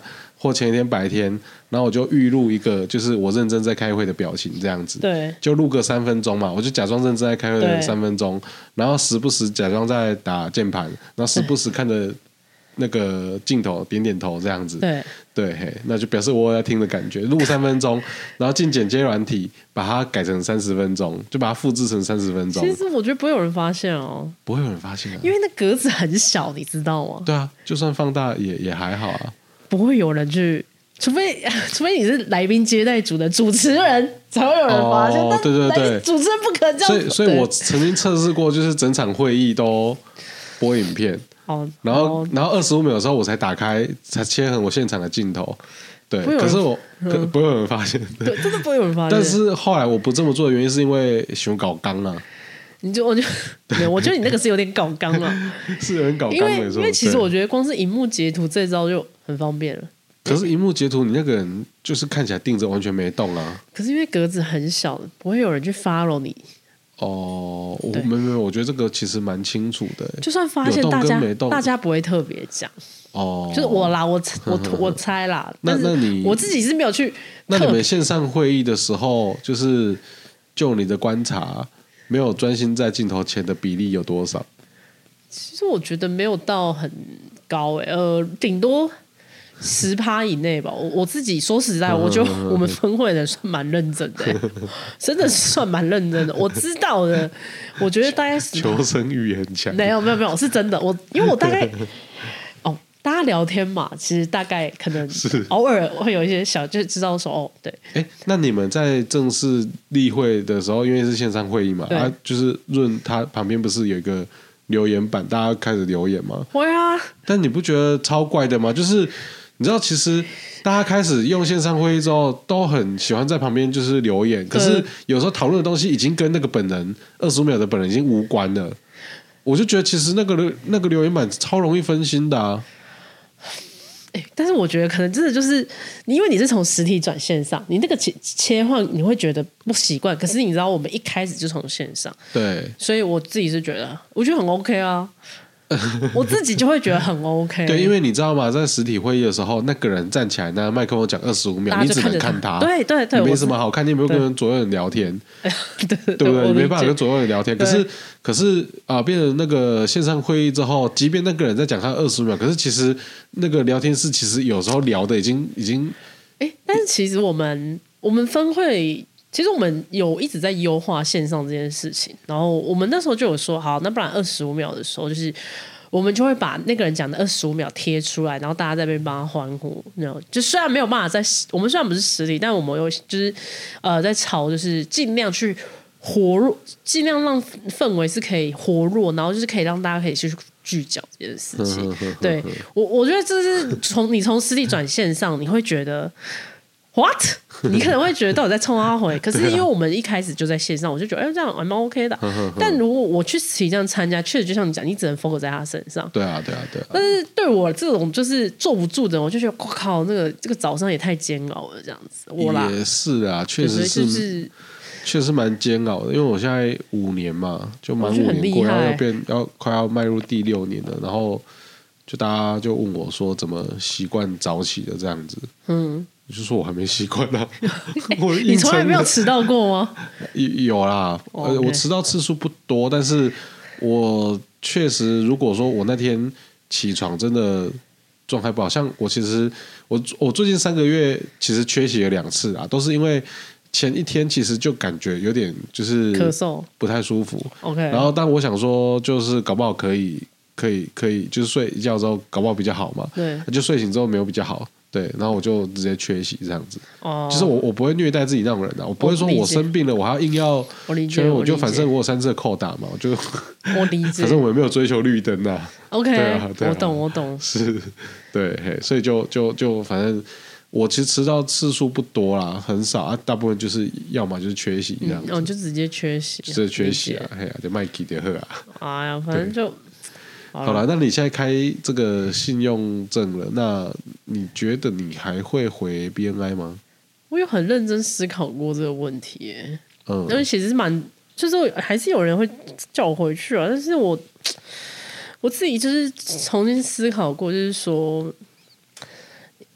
或前一天白天，然后我就预录一个就是我认真在开会的表情这样子， 对， 就录个三分钟嘛，我就假装认真在开会的对三分钟，然后时不时假装在打键盘，然后时不时看着那个镜头点点头这样子， 对对，嘿，那就表示我有在听的感觉。录三分钟，然后进剪接软体，把它改成三十分钟，就把它复制成三十分钟。 其实我觉得不会有人发现哦， 不会有人发现啊， 因为那格子很小，你知道吗？ 对啊，就算放大也也还好啊。 不会有人去，除非除非你是来宾接待组的主持人，才会有人发现。 哦但对对对但主持人不可能这样子。 所以，所以我曾经测试过，就是整场会议都播影片。 哦， 然后， 哦然后二十五秒的时候，我才打开，才切成我现场的镜头。对， 不会有人可是我可嗯不会有人发现。对， 对，真的不会有人发现。 但是后来我不这么做的原因，是因为熊搞刚啊， 你就我就没有，我觉得你那个是有点搞刚了， 是有人搞因为刚没错。 因为其实对我觉得光是荧幕截图这招就很方便了。 可是荧幕截图，你那个人就是看起来定着，完全没动啊。 可是因为格子很小，不会有人去 follow 你。 哦，我对没没有，我觉得这个其实蛮清楚的。 就算发现有动大家跟没动大家不会特别讲， 哦， 就是我啦，我我我猜啦。 那但是那你我自己是没有去那你特别们线上会议的时候，就是就你的观察，没有专心在镜头前的比例有多少？ 其实我觉得没有到很高诶、呃，顶多十趴以内吧。我我自己说实在，我觉得我们分会的人算蛮认真的、欸，真的是算蛮认真的。我知道的，我觉得大概十求生欲也很强。 没有没有没有是真的。我因为我大概哦，大家聊天嘛，其实大概可能偶尔会有一些小，就知道说哦，对， 哎，那你们在正式例会的时候，因为是线上会议嘛， 对啊，就是润他旁边不是有一个留言板，大家开始留言嘛？ 会啊， 但你不觉得超怪的吗？就是你知道，其实大家开始用线上会议之后，都很喜欢在旁边就是留言，可是有时候讨论的东西已经跟那个本人二十五秒的本人已经无关了。我就觉得其实那个那个留言板超容易分心的啊。 欸、但是我觉得可能真的就是你，因为你是从实体转线上，你那个切切换你会觉得不习惯。可是你知道，我们一开始就从线上， 对， 所以我自己是觉得，我觉得很 OK 啊。我自己就会觉得很 OK。 对，因为你知道吗，在实体会议的时候，那个人站起来拿麦克风讲二十五秒，你只大家就看着能看他， 对对对， 你没我什么好看，你有没有跟左右人聊天？ 对对对不对？ 我理解你没办法跟左右人聊天。可是可是啊、呃，变成那个线上会议之后，即便那个人在讲他二十秒，可是其实那个聊天室其实有时候聊的已经已经， 哎、但是其实我们我们分会。其实我们有一直在优化线上这件事情，然后我们那时候就有说，好，那不然二十五秒的时候，就是我们就会把那个人讲的二十五秒贴出来，然后大家在那边帮他欢呼。然后就虽然没有办法在，我们虽然不是实体，但我们有就是呃在朝就是尽量去活络，尽量让氛围是可以活络，然后就是可以让大家可以去聚焦这件事情。对我，我觉得这是从你从实体转线上，你会觉得。What？ 你可能会觉得到底在冲他回，可是因为我们一开始就在线上，我就觉得哎、欸，这样还蛮 OK 的。但如果我去实体这样参加，确实就像你讲，你只能 focus 在他身上。 对啊，对啊，对啊。 但是对我这种就是坐不住的，我就觉得我靠，那个这个早上也太煎熬了，这样子。我啦也是啊，确实是， 就是确实蛮煎熬的。因为我现在五年嘛，就满五很厉年过，然后害要变要快要迈入第六年了，然后就大家就问我说怎么习惯早起的这样子。嗯。我就说我还没习惯啊，我你从来没有迟到过吗？ 有啦，呃， okay. 我迟到次数不多，但是我确实，如果说我那天起床真的状态不好，像我其实我我最近三个月其实缺席了两次啊，都是因为前一天其实就感觉有点就是咳嗽， 不太舒服。 OK， 然后但我想说，就是搞不好可以可以可以，就是睡一觉之后搞不好比较好嘛。 对， 就睡醒之后没有比较好。对，然后我就直接缺席这样子。 哦， 就是我我不会虐待自己那种人啊，我不会说我生病了我还要硬要缺，我就反正我有三次的扣打嘛，我就我理解。 反正我也没有追求绿灯啊。 OK， 对啊对啊我懂我懂。 是，对，所以就就就反正我其实迟到次数不多啦，很少啊，大部分就是要么就是缺席这样子， 嗯，哦，就直接缺席， 直接缺席啊，嘿啊，就麦基的喝啊。 哎呀，反正就。 好了，那你现在开这个信用证了，那你觉得你还会回 B N I 吗？ 我有很认真思考过这个问题耶， 嗯， 因为其实蛮，就是还是有人会叫我回去啊，但是我我自己就是重新思考过，就是说，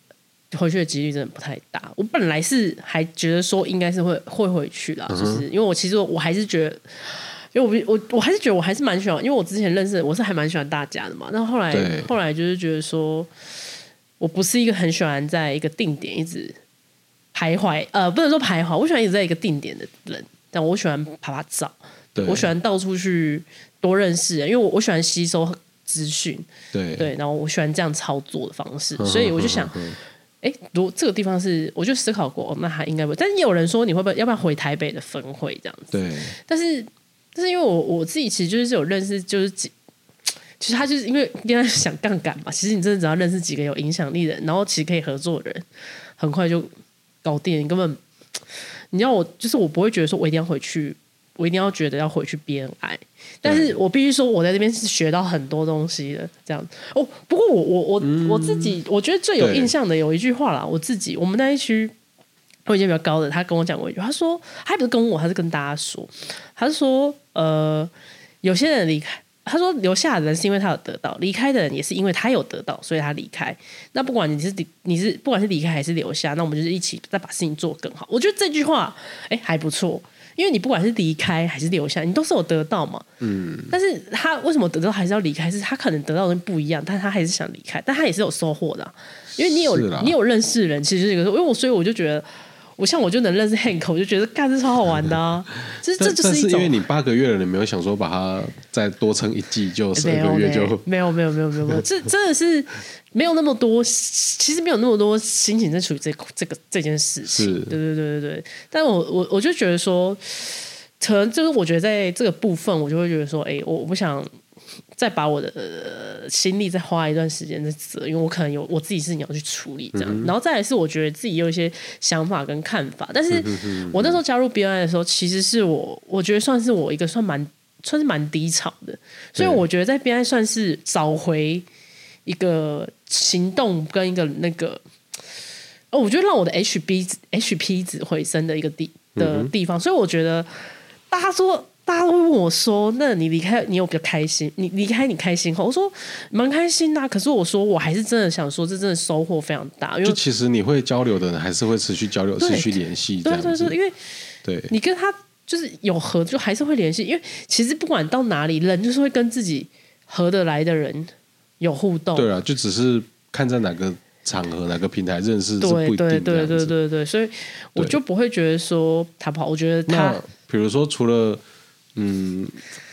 回去的几率真的不太大。我本来是还觉得说应该是会会回去啦，嗯、就是因为我其实我还是觉得。因为我我我还是觉得我还是蛮喜欢，因为我之前认识我是还蛮喜欢大家的嘛。那后来后来就是觉得说，我不是一个很喜欢在一个定点一直徘徊，呃，不能说徘徊，我喜欢一直在一个定点的人，但我喜欢爬爬照，我喜欢到处去多认识人，因为我我喜欢吸收资讯，对对，然后我喜欢这样操作的方式，所以我就想。哎，如果这个地方是，我就思考过，那还应该不会。但是也有人说，你会不会要不要回台北的分会这样子？对，但是。但是因为我我自己其实就是有认识，就是几，其实他就是因为跟他想杠杆嘛。其实你真的只要认识几个有影响力的人，然后其实可以合作的人，很快就搞定。你根本你要我就是我不会觉得说我一定要回去，我一定要觉得要回去 B N I。但是我必须说我在这边是学到很多东西的，这样哦。不过我我我、嗯、我自己我觉得最有印象的有一句话啦，我自己我们那一区。我已经比较高的，他跟我讲过一句，他说，他不是跟我，他是跟大家说，他是说，呃，有些人离开，他说留下的人是因为他有得到，离开的人也是因为他有得到，所以他离开。那不管你是你是不管是离开还是留下，那我们就是一起再把事情做更好。我觉得这句话，哎，还不错，因为你不管是离开还是留下，你都是有得到嘛。嗯。但是他为什么得到还是要离开？是他可能得到的不一样，但他还是想离开，但他也是有收获的、啊，因为你有你有认识人，其实就是一个，因为我所以我就觉得。我像我就能认识 Hank， 我就觉得干这超好玩的啊！这这就是一种，但是因为你八个月了，你没有想说把它再多撑一季，就十二个月就没有没有没有没有没有，这真的是没有那么多，其实没有那么多心情在处理这这个这件事情。对对对对对，但我我我就觉得说，可能就是我觉得在这个部分，我就会觉得说，哎、欸，我我不想。再把我的、呃、心力再花一段时间在这，因为我可能有我自己事情要去处理这样、嗯、然后再来是我觉得自己有一些想法跟看法，但是我那时候加入 B N I 的时候，其实是我我觉得算是我一个算蛮算是蛮低潮的，所以我觉得在 B N I 算是找回一个行动跟一个那个，哦，我觉得让我的 H B H P 值回升的一个地的地方，所以我觉得大家说。大家都会问我说：“那你离开，你有比较开心？你离开你开心后？”我说：“蛮开心的、啊。”可是我说，我还是真的想说，这真的收获非常大。因为就其实你会交流的人，还是会持续交流、持续联系。 对对对，因为对你跟他就是有合，就还是会联系。因为其实不管到哪里，人就是会跟自己合得来的人有互动。 对啊，就只是看在哪个场合、哪个平台认识是不一定这样子。 对对对对对对，所以我就不会觉得说他不好。我觉得他， 比如说除了。嗯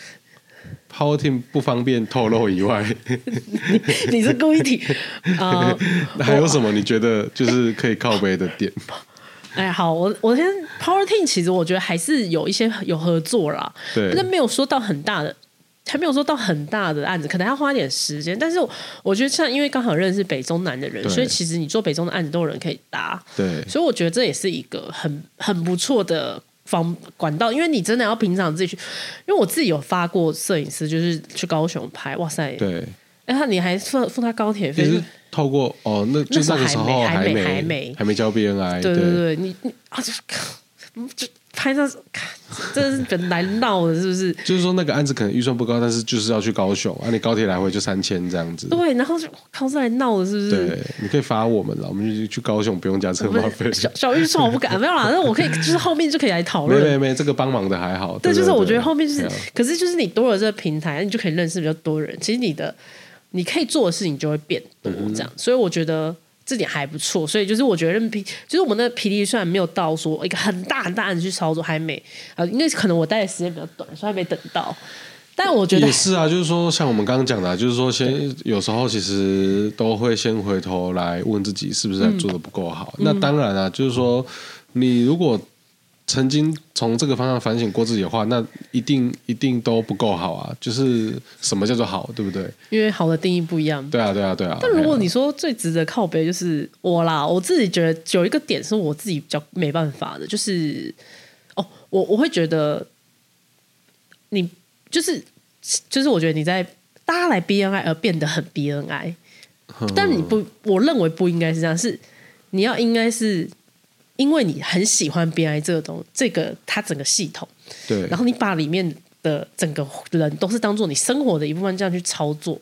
，Power Team 不方便透露以外， 你, 你是故意提啊？呃、 还有什么你觉得就是可以靠北的点？ 哎，好，我我先 Power Team 其实我觉得还是有一些有合作啦，对，但没有说到很大的，还没有说到很大的案子，可能要花一点时间。但是我觉得像因为刚好认识北中南的人，所以其实你做北中的案子都有人可以搭，对，所以我觉得这也是一个很很不错的。方管道，因为你真的要平常自己去，因为我自己有发过摄影师，就是去高雄拍，哇塞，对，哎，他你还付付他高铁费， 是透过哦，那就那个时候还没还没还没交 B N I， 对对对，你你啊就就拍到，真的是本来闹的，是不是？ 就是说那个案子可能预算不高，但是就是要去高雄，啊，你高铁来回就三千这样子。 对，然后就靠这来闹的，是不是？ 对，你可以发我们了，我们就去高雄，不用加车马费。 小小预算我不敢，没有啦，那我可以就是后面就可以来讨论。 没没没，这个帮忙的还好。 对，就是我觉得后面就是，可是就是你多了这个平台，你就可以认识比较多人。其实你的你可以做的事情就会变多，这样，所以我觉得。这点还不错，所以就是我觉得，就是我们的霹雳虽然没有到说一个很大很大的去操作，还没呃，因为可能我待的时间比较短，所以还没等到。但我觉得也是啊，就是说像我们刚刚讲的、啊，就是说先有时候其实都会先回头来问自己是不是在做的不够好。嗯、那当然啊，就是说你如果曾经从这个方向反省过自己的话，那一定一定都不够好啊！就是什么叫做好，对不对？ 因为好的定义不一样。 对啊，对啊，对啊。 但如果你说最值得靠北，就是我啦，我自己觉得有一个点是我自己比较没办法的，就是哦，我我会觉得你就是就是我觉得你在大家来 B N I 而变得很 B N I，、嗯、但你不，我认为不应该是这样，是你要应该是。因为你很喜欢 B N I 这个东这个它整个系统，对，然后你把里面的整个人都是当做你生活的一部分这样去操作，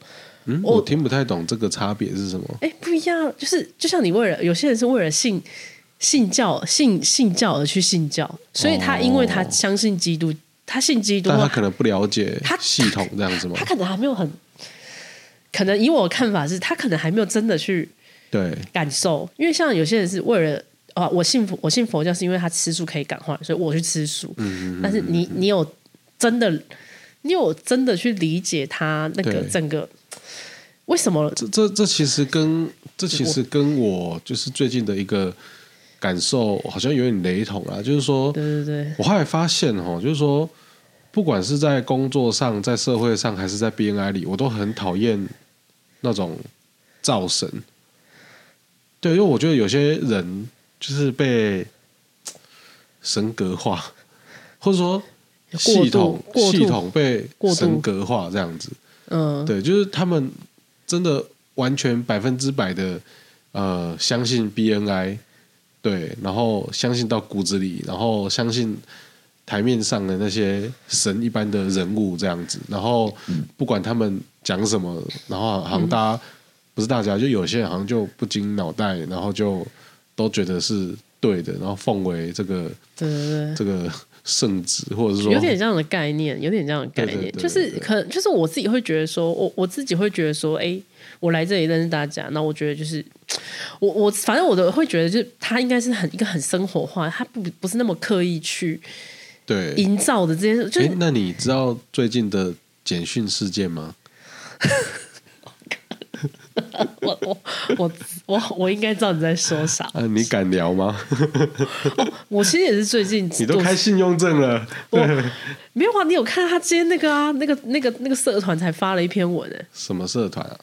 嗯， 我我听不太懂这个差别是什么。 哎，不一样，就是就像你为了有些人是为了信信教信信教而去信教，所以他因为他相信基督，他信基督， 但他可能不了解他系统这样子吗？ 他可能还没有很，可能以我的看法是，他可能还没有真的去对感受，因为像有些人是为了啊，我信佛，我信佛教是因为他吃素可以感化，所以我去吃素。嗯嗯。但是你你有真的，你有真的去理解他那个整个为什么？ 这这这其实跟这其实跟我就是最近的一个感受好像有点雷同啦，就是说， 对对对， 我后来发现哦，就是说，不管是在工作上、在社会上，还是在 B N I 里，我都很讨厌那种造神。对，因为我觉得有些人就是被神格化，或者说系统系统被神格化这样子。嗯，对，就是他们真的完全百分之百的呃相信 B N I， 对，然后相信到骨子里，然后相信台面上的那些神一般的人物这样子，然后不管他们讲什么，然后好像大家、嗯、不是大家，就有些人好像就不经脑袋，然后就都觉得是对的，然后奉为这个对对对这个圣旨，或者是说有点这样的概念，有点这样的概念， 对对对对对， 就是可能就是我自己会觉得说，我我自己会觉得说，哎，我来这里认识大家，那我觉得就是我我反正我的会觉得，就是他应该是很一个很生活化，他不不是那么刻意去对营造的这件事。就是那你知道最近的简讯事件吗？ 我我我我我应该知道你在说啥。 啊，你敢聊吗？ 哦，我其实也是最近， 你都开信用证了， 我没有啊？你有看他今天那个啊，那个那个那个社团才发了一篇文哎， 什么社团啊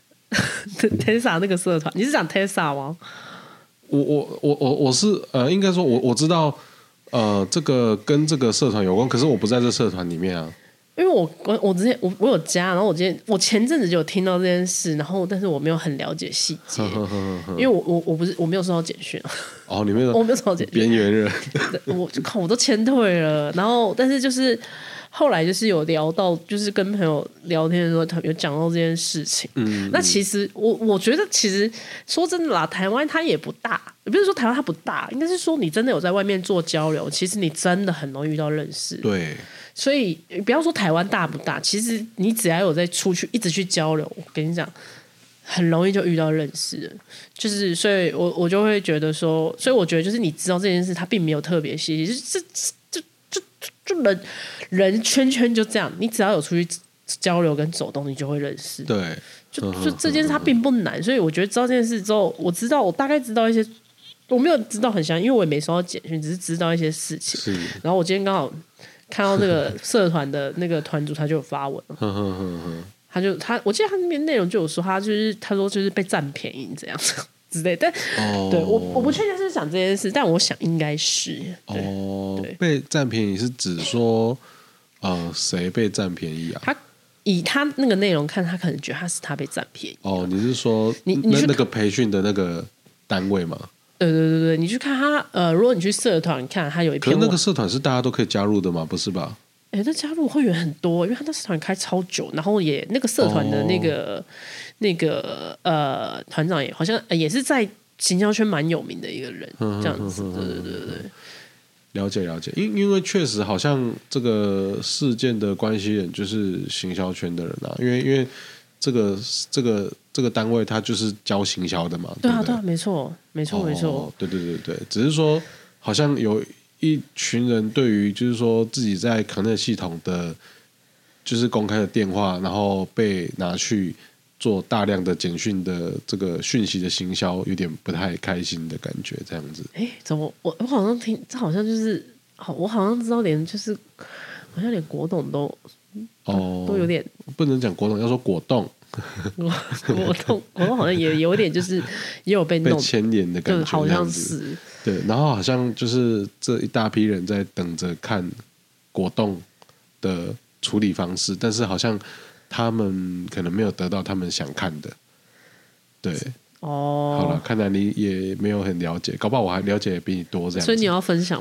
？Tesla 那个社团，你是讲 Tesla 吗？ 我我我我我是呃，应该说我我知道呃，这个跟这个社团有关，可是我不在这社团里面啊。 因为我我我之前我我有加，然后我今天我前阵子就有听到这件事，然后但是我没有很了解细节，因为我我我不是我没有收到简讯哦，你没有， 我没有收到简讯， 边缘人， 我就靠我都签退了，然后但是就是后来就是有聊到，就是跟朋友聊天的时候，他有讲到这件事情。嗯，那其实我我觉得其实说真的啦，台湾它也不大，也不是说台湾它不大，应该是说你真的有在外面做交流，其实你真的很容易遇到认识。 对。 所以不要说台湾大不大，其实你只要有在出去一直去交流，我跟你讲，很容易就遇到认识了。就是所以我我就会觉得说，所以我觉得就是你知道这件事，它并没有特别细节，就就就就就人人圈圈就这样，你只要有出去交流跟走动，你就会认识。 对， 就就这件事它并不难，所以我觉得知道这件事之后，我知道我大概知道一些，我没有知道很详，因为我也没收到简讯，只是知道一些事情。然后我今天刚好看到那个社团的那个团主，他就有发文，他就他，我记得他那边内容就有说，他就是他说就是被占便宜这样之类，但、哦、对我我不确定是讲这件事，但我想应该是哦，对，被占便宜是指说呃谁被占便宜啊？ 他以他那个内容看，他可能觉得他是他被占便宜。 哦，你是说你你那那个培训的那个单位吗？ 对对对对，你去看他呃，如果你去社团看，他有一篇， 可是那个社团是大家都可以加入的吗？不是吧？ 哎，那加入会员很多，因为他那社团开超久，然后也那个社团的那个、哦、那个呃团长也好像也是在行销圈蛮有名的一个人，这样子。对对对对， 了解了解，因因为确实好像这个事件的关系人就是行销圈的人啊，因为因为这个这个。这个单位他就是教行销的嘛， 对啊， 对, 对, 对啊，没错，没错，没错、 哦，对对对对，只是说好像有一群人对于就是说自己在可能系统的，就是公开的电话，然后被拿去做大量的简讯的这个讯息的行销，有点不太开心的感觉，这样子。 哎，怎么我我好像听，这好像就是好，我好像知道连就是好像连国董都哦都有点不能讲国董，要说果冻。 我我动我好像也有点就是也有被弄被牵连的感觉， 好像是对，然后好像就是这一大批人在等着看果冻的处理方式，但是好像他们可能没有得到他们想看的，对哦。好了，看来你也没有很了解，搞不好我还了解比你多这样子。 所以你要分享吗？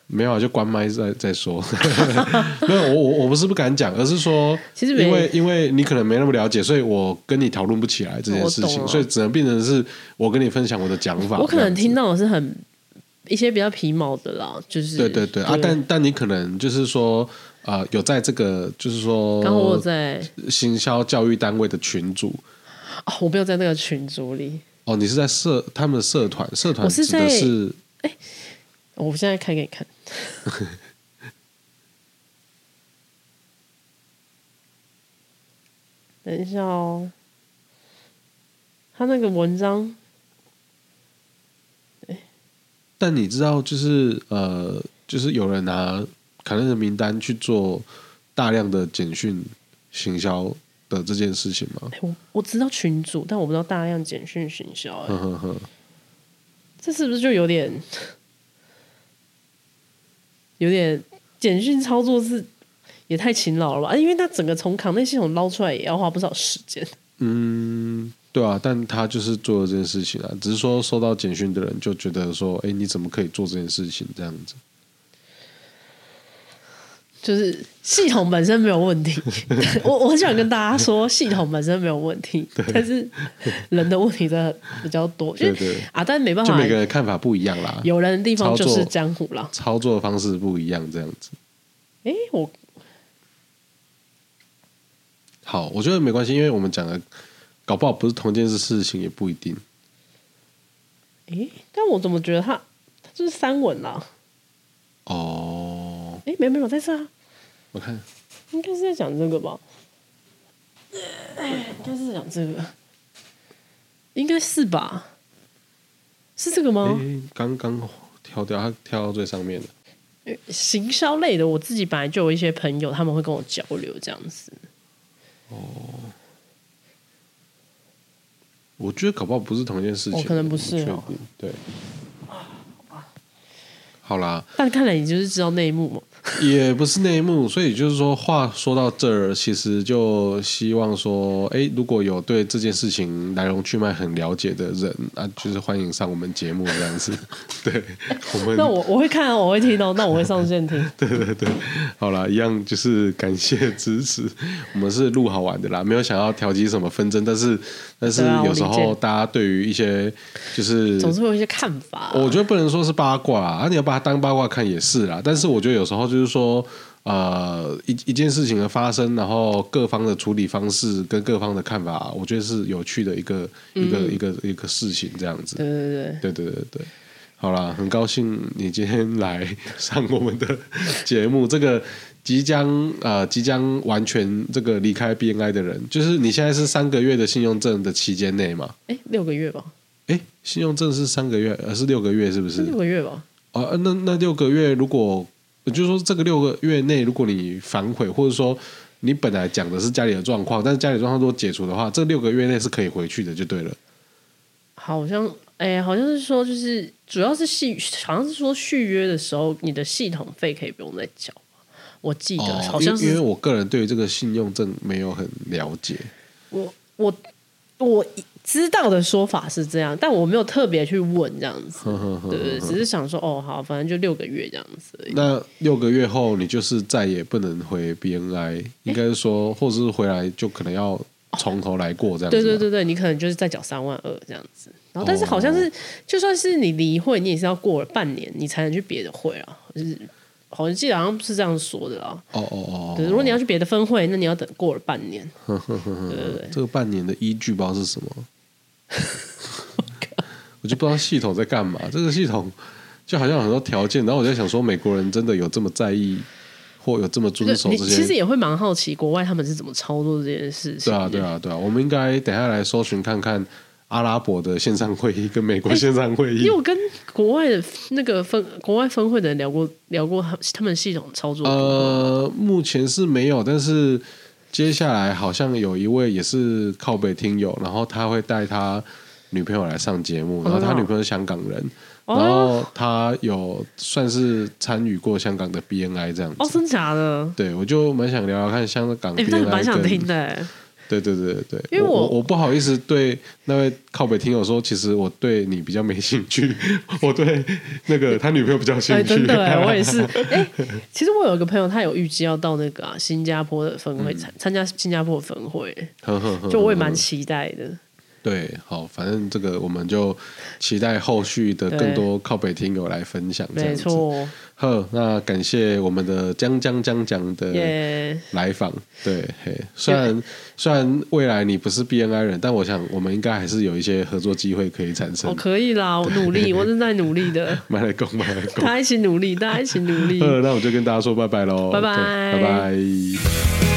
没有啊，就关麦再再说。没有，我我我不是不敢讲，而是说， 其实因为因为你可能没那么了解，所以我跟你讨论不起来这件事情，所以只能变成是我跟你分享我的讲法。 我可能听到的是很一些比较皮毛的啦，就是对对对啊，但但你可能就是说，呃，有在这个就是说， 刚好我有在行销教育单位的群组。 哦，我没有在那个群组里。 哦，你是在社他们的社团，社团指的是， 哎，我现在开给你看。等一下哦，他那个文章， 但你知道，就是呃，就是有人拿卡内的名单去做大量的简讯行销的这件事情吗？ 我我知道群组，但我不知道大量简讯行销。哎， 呵呵呵， 这是不是就有点有点简讯操作是也太勤劳了吧？因为他整个从卡内系统捞出来也要花不少时间。 嗯，对啊，但他就是做了这件事情啊，只是说收到简讯的人就觉得说，哎，你怎么可以做这件事情这样子？ 就是系统本身没有问题，我我很想跟大家说，系统本身没有问题，但是人的问题真的比较多。 对对啊，但没办法， 就每个人看法不一样啦， 有人的地方就是江湖啦， 操作的方式不一样，这样子。 哎，我好，我觉得没关系，因为我们讲的搞不好不是同一件事情，也不一定。 哎，但我怎么觉得他他就是三文啦？ 哦， 哎，没没有在这啊， 我看应该是在讲这个吧？应该是讲这个，应该是吧？是这个吗？ 哎，刚刚跳掉，他跳到最上面了。 行销类的，我自己本来就有一些朋友，他们会跟我交流这样子。 哦，我觉得搞不好不是同一件事情， 哦，可能不是哦。 对，好啦， 但看来你就是知道内幕嘛。 也不是内幕，所以就是说，话说到这儿，其实就希望说，哎，如果有对这件事情来龙去脉很了解的人啊，就是欢迎上我们节目这样子。对，我们那我我会看、哦，我会听到、哦，那我会上线听。 对对对，好啦，一样就是感谢支持。我们是录好玩的啦，没有想要挑起什么纷争，但是但是有时候大家对于一些就是总是会有一些看法、啊， 我觉得不能说是八卦啊，你要把它当八卦看也是啦。但是我觉得有时候就是说，呃，一一件事情的发生，然后各方的处理方式跟各方的看法，我觉得是有趣的一个、嗯、一个一个一个事情，这样子。 对对对对对对对。好啦，很高兴你今天来上我们的节目。这个即将呃即将完全这个离开 B N I 的人，就是你现在是三个月的信用证的期间内嘛？ 哎，六个月吧？ 哎，信用证是三个月，而是六个月，是不是？ 六个月吧？ 哦，那那六个月，如果就是说这个六个月内，如果你反悔，或者说你本来讲的是家里的状况，但是家里的状况都解除的话，这六个月内是可以回去的，就对了。 好像哎，好像是说，就是主要是续，好像是说续约的时候，你的系统费可以不用再缴。我记得、哦、好像是， 因为我个人对于这个信用证没有很了解。 我我我知道的说法是这样，但我没有特别去问这样子。呵呵呵对对，只是想说哦，好，反正就六个月这样子而已。 那六个月后，你就是再也不能回 B N I， 应该是说，或者是回来就可能要从头来过这样子。 对对对对，你可能就是再缴三万二这样子。然后，但是好像是，哦、就算是你离会，你也是要过了半年，你才能去别的会啊。就是好像记得好像是这样说的啦。 哦哦哦。 对，如果你要去别的分会，那你要等过了半年。 呵呵呵呵对对对， 这个半年的依据不知道是什么。我就不知道系统在干嘛。这个系统就好像有很多条件，然后我在想说，美国人真的有这么在意，或有这么遵守这些？ 其实也会蛮好奇，国外他们是怎么操作这件事情。 对啊，对啊，对啊。我们应该等一下来搜寻看看。阿拉伯的线上会议跟美国线上会议， 因为我跟国外的那个分国外分会的人聊过，聊过他们系统操作。 呃，目前是没有，但是接下来好像有一位也是靠北听友，然后他会带他女朋友来上节目，然后他女朋友是香港人，哦、然后他有算是参与过香港的 B N I 这样子。 哦，真假的？ 对，我就蛮想聊聊看香港 B N I 跟。 欸、蛮想听的。 对对对对， 因为我我, 我, 我不好意思对那位靠北听友说，其实我对你比较没兴趣，我对那个他女朋友比较有兴趣。 哎，真的哎，我也是。哎，其实我有一个朋友，他有预计要到那个、啊、新加坡的分会参、嗯、参加新加坡的分会，呵呵呵，就我也蛮期待的。 对，好，反正这个我们就期待后续的更多靠北听友来分享，这样子。没错。好，那感谢我们的江江江江的来访。Yeah. 对，嘿，虽然、yeah. 虽然未来你不是 B N I 人，但我想我们应该还是有一些合作机会可以产生。 哦，可以啦，我努力，我正在努力的。 买来攻，买来攻， 大家一起努力，大家一起努力。 那我就跟大家说拜拜喽， 拜拜， 拜拜。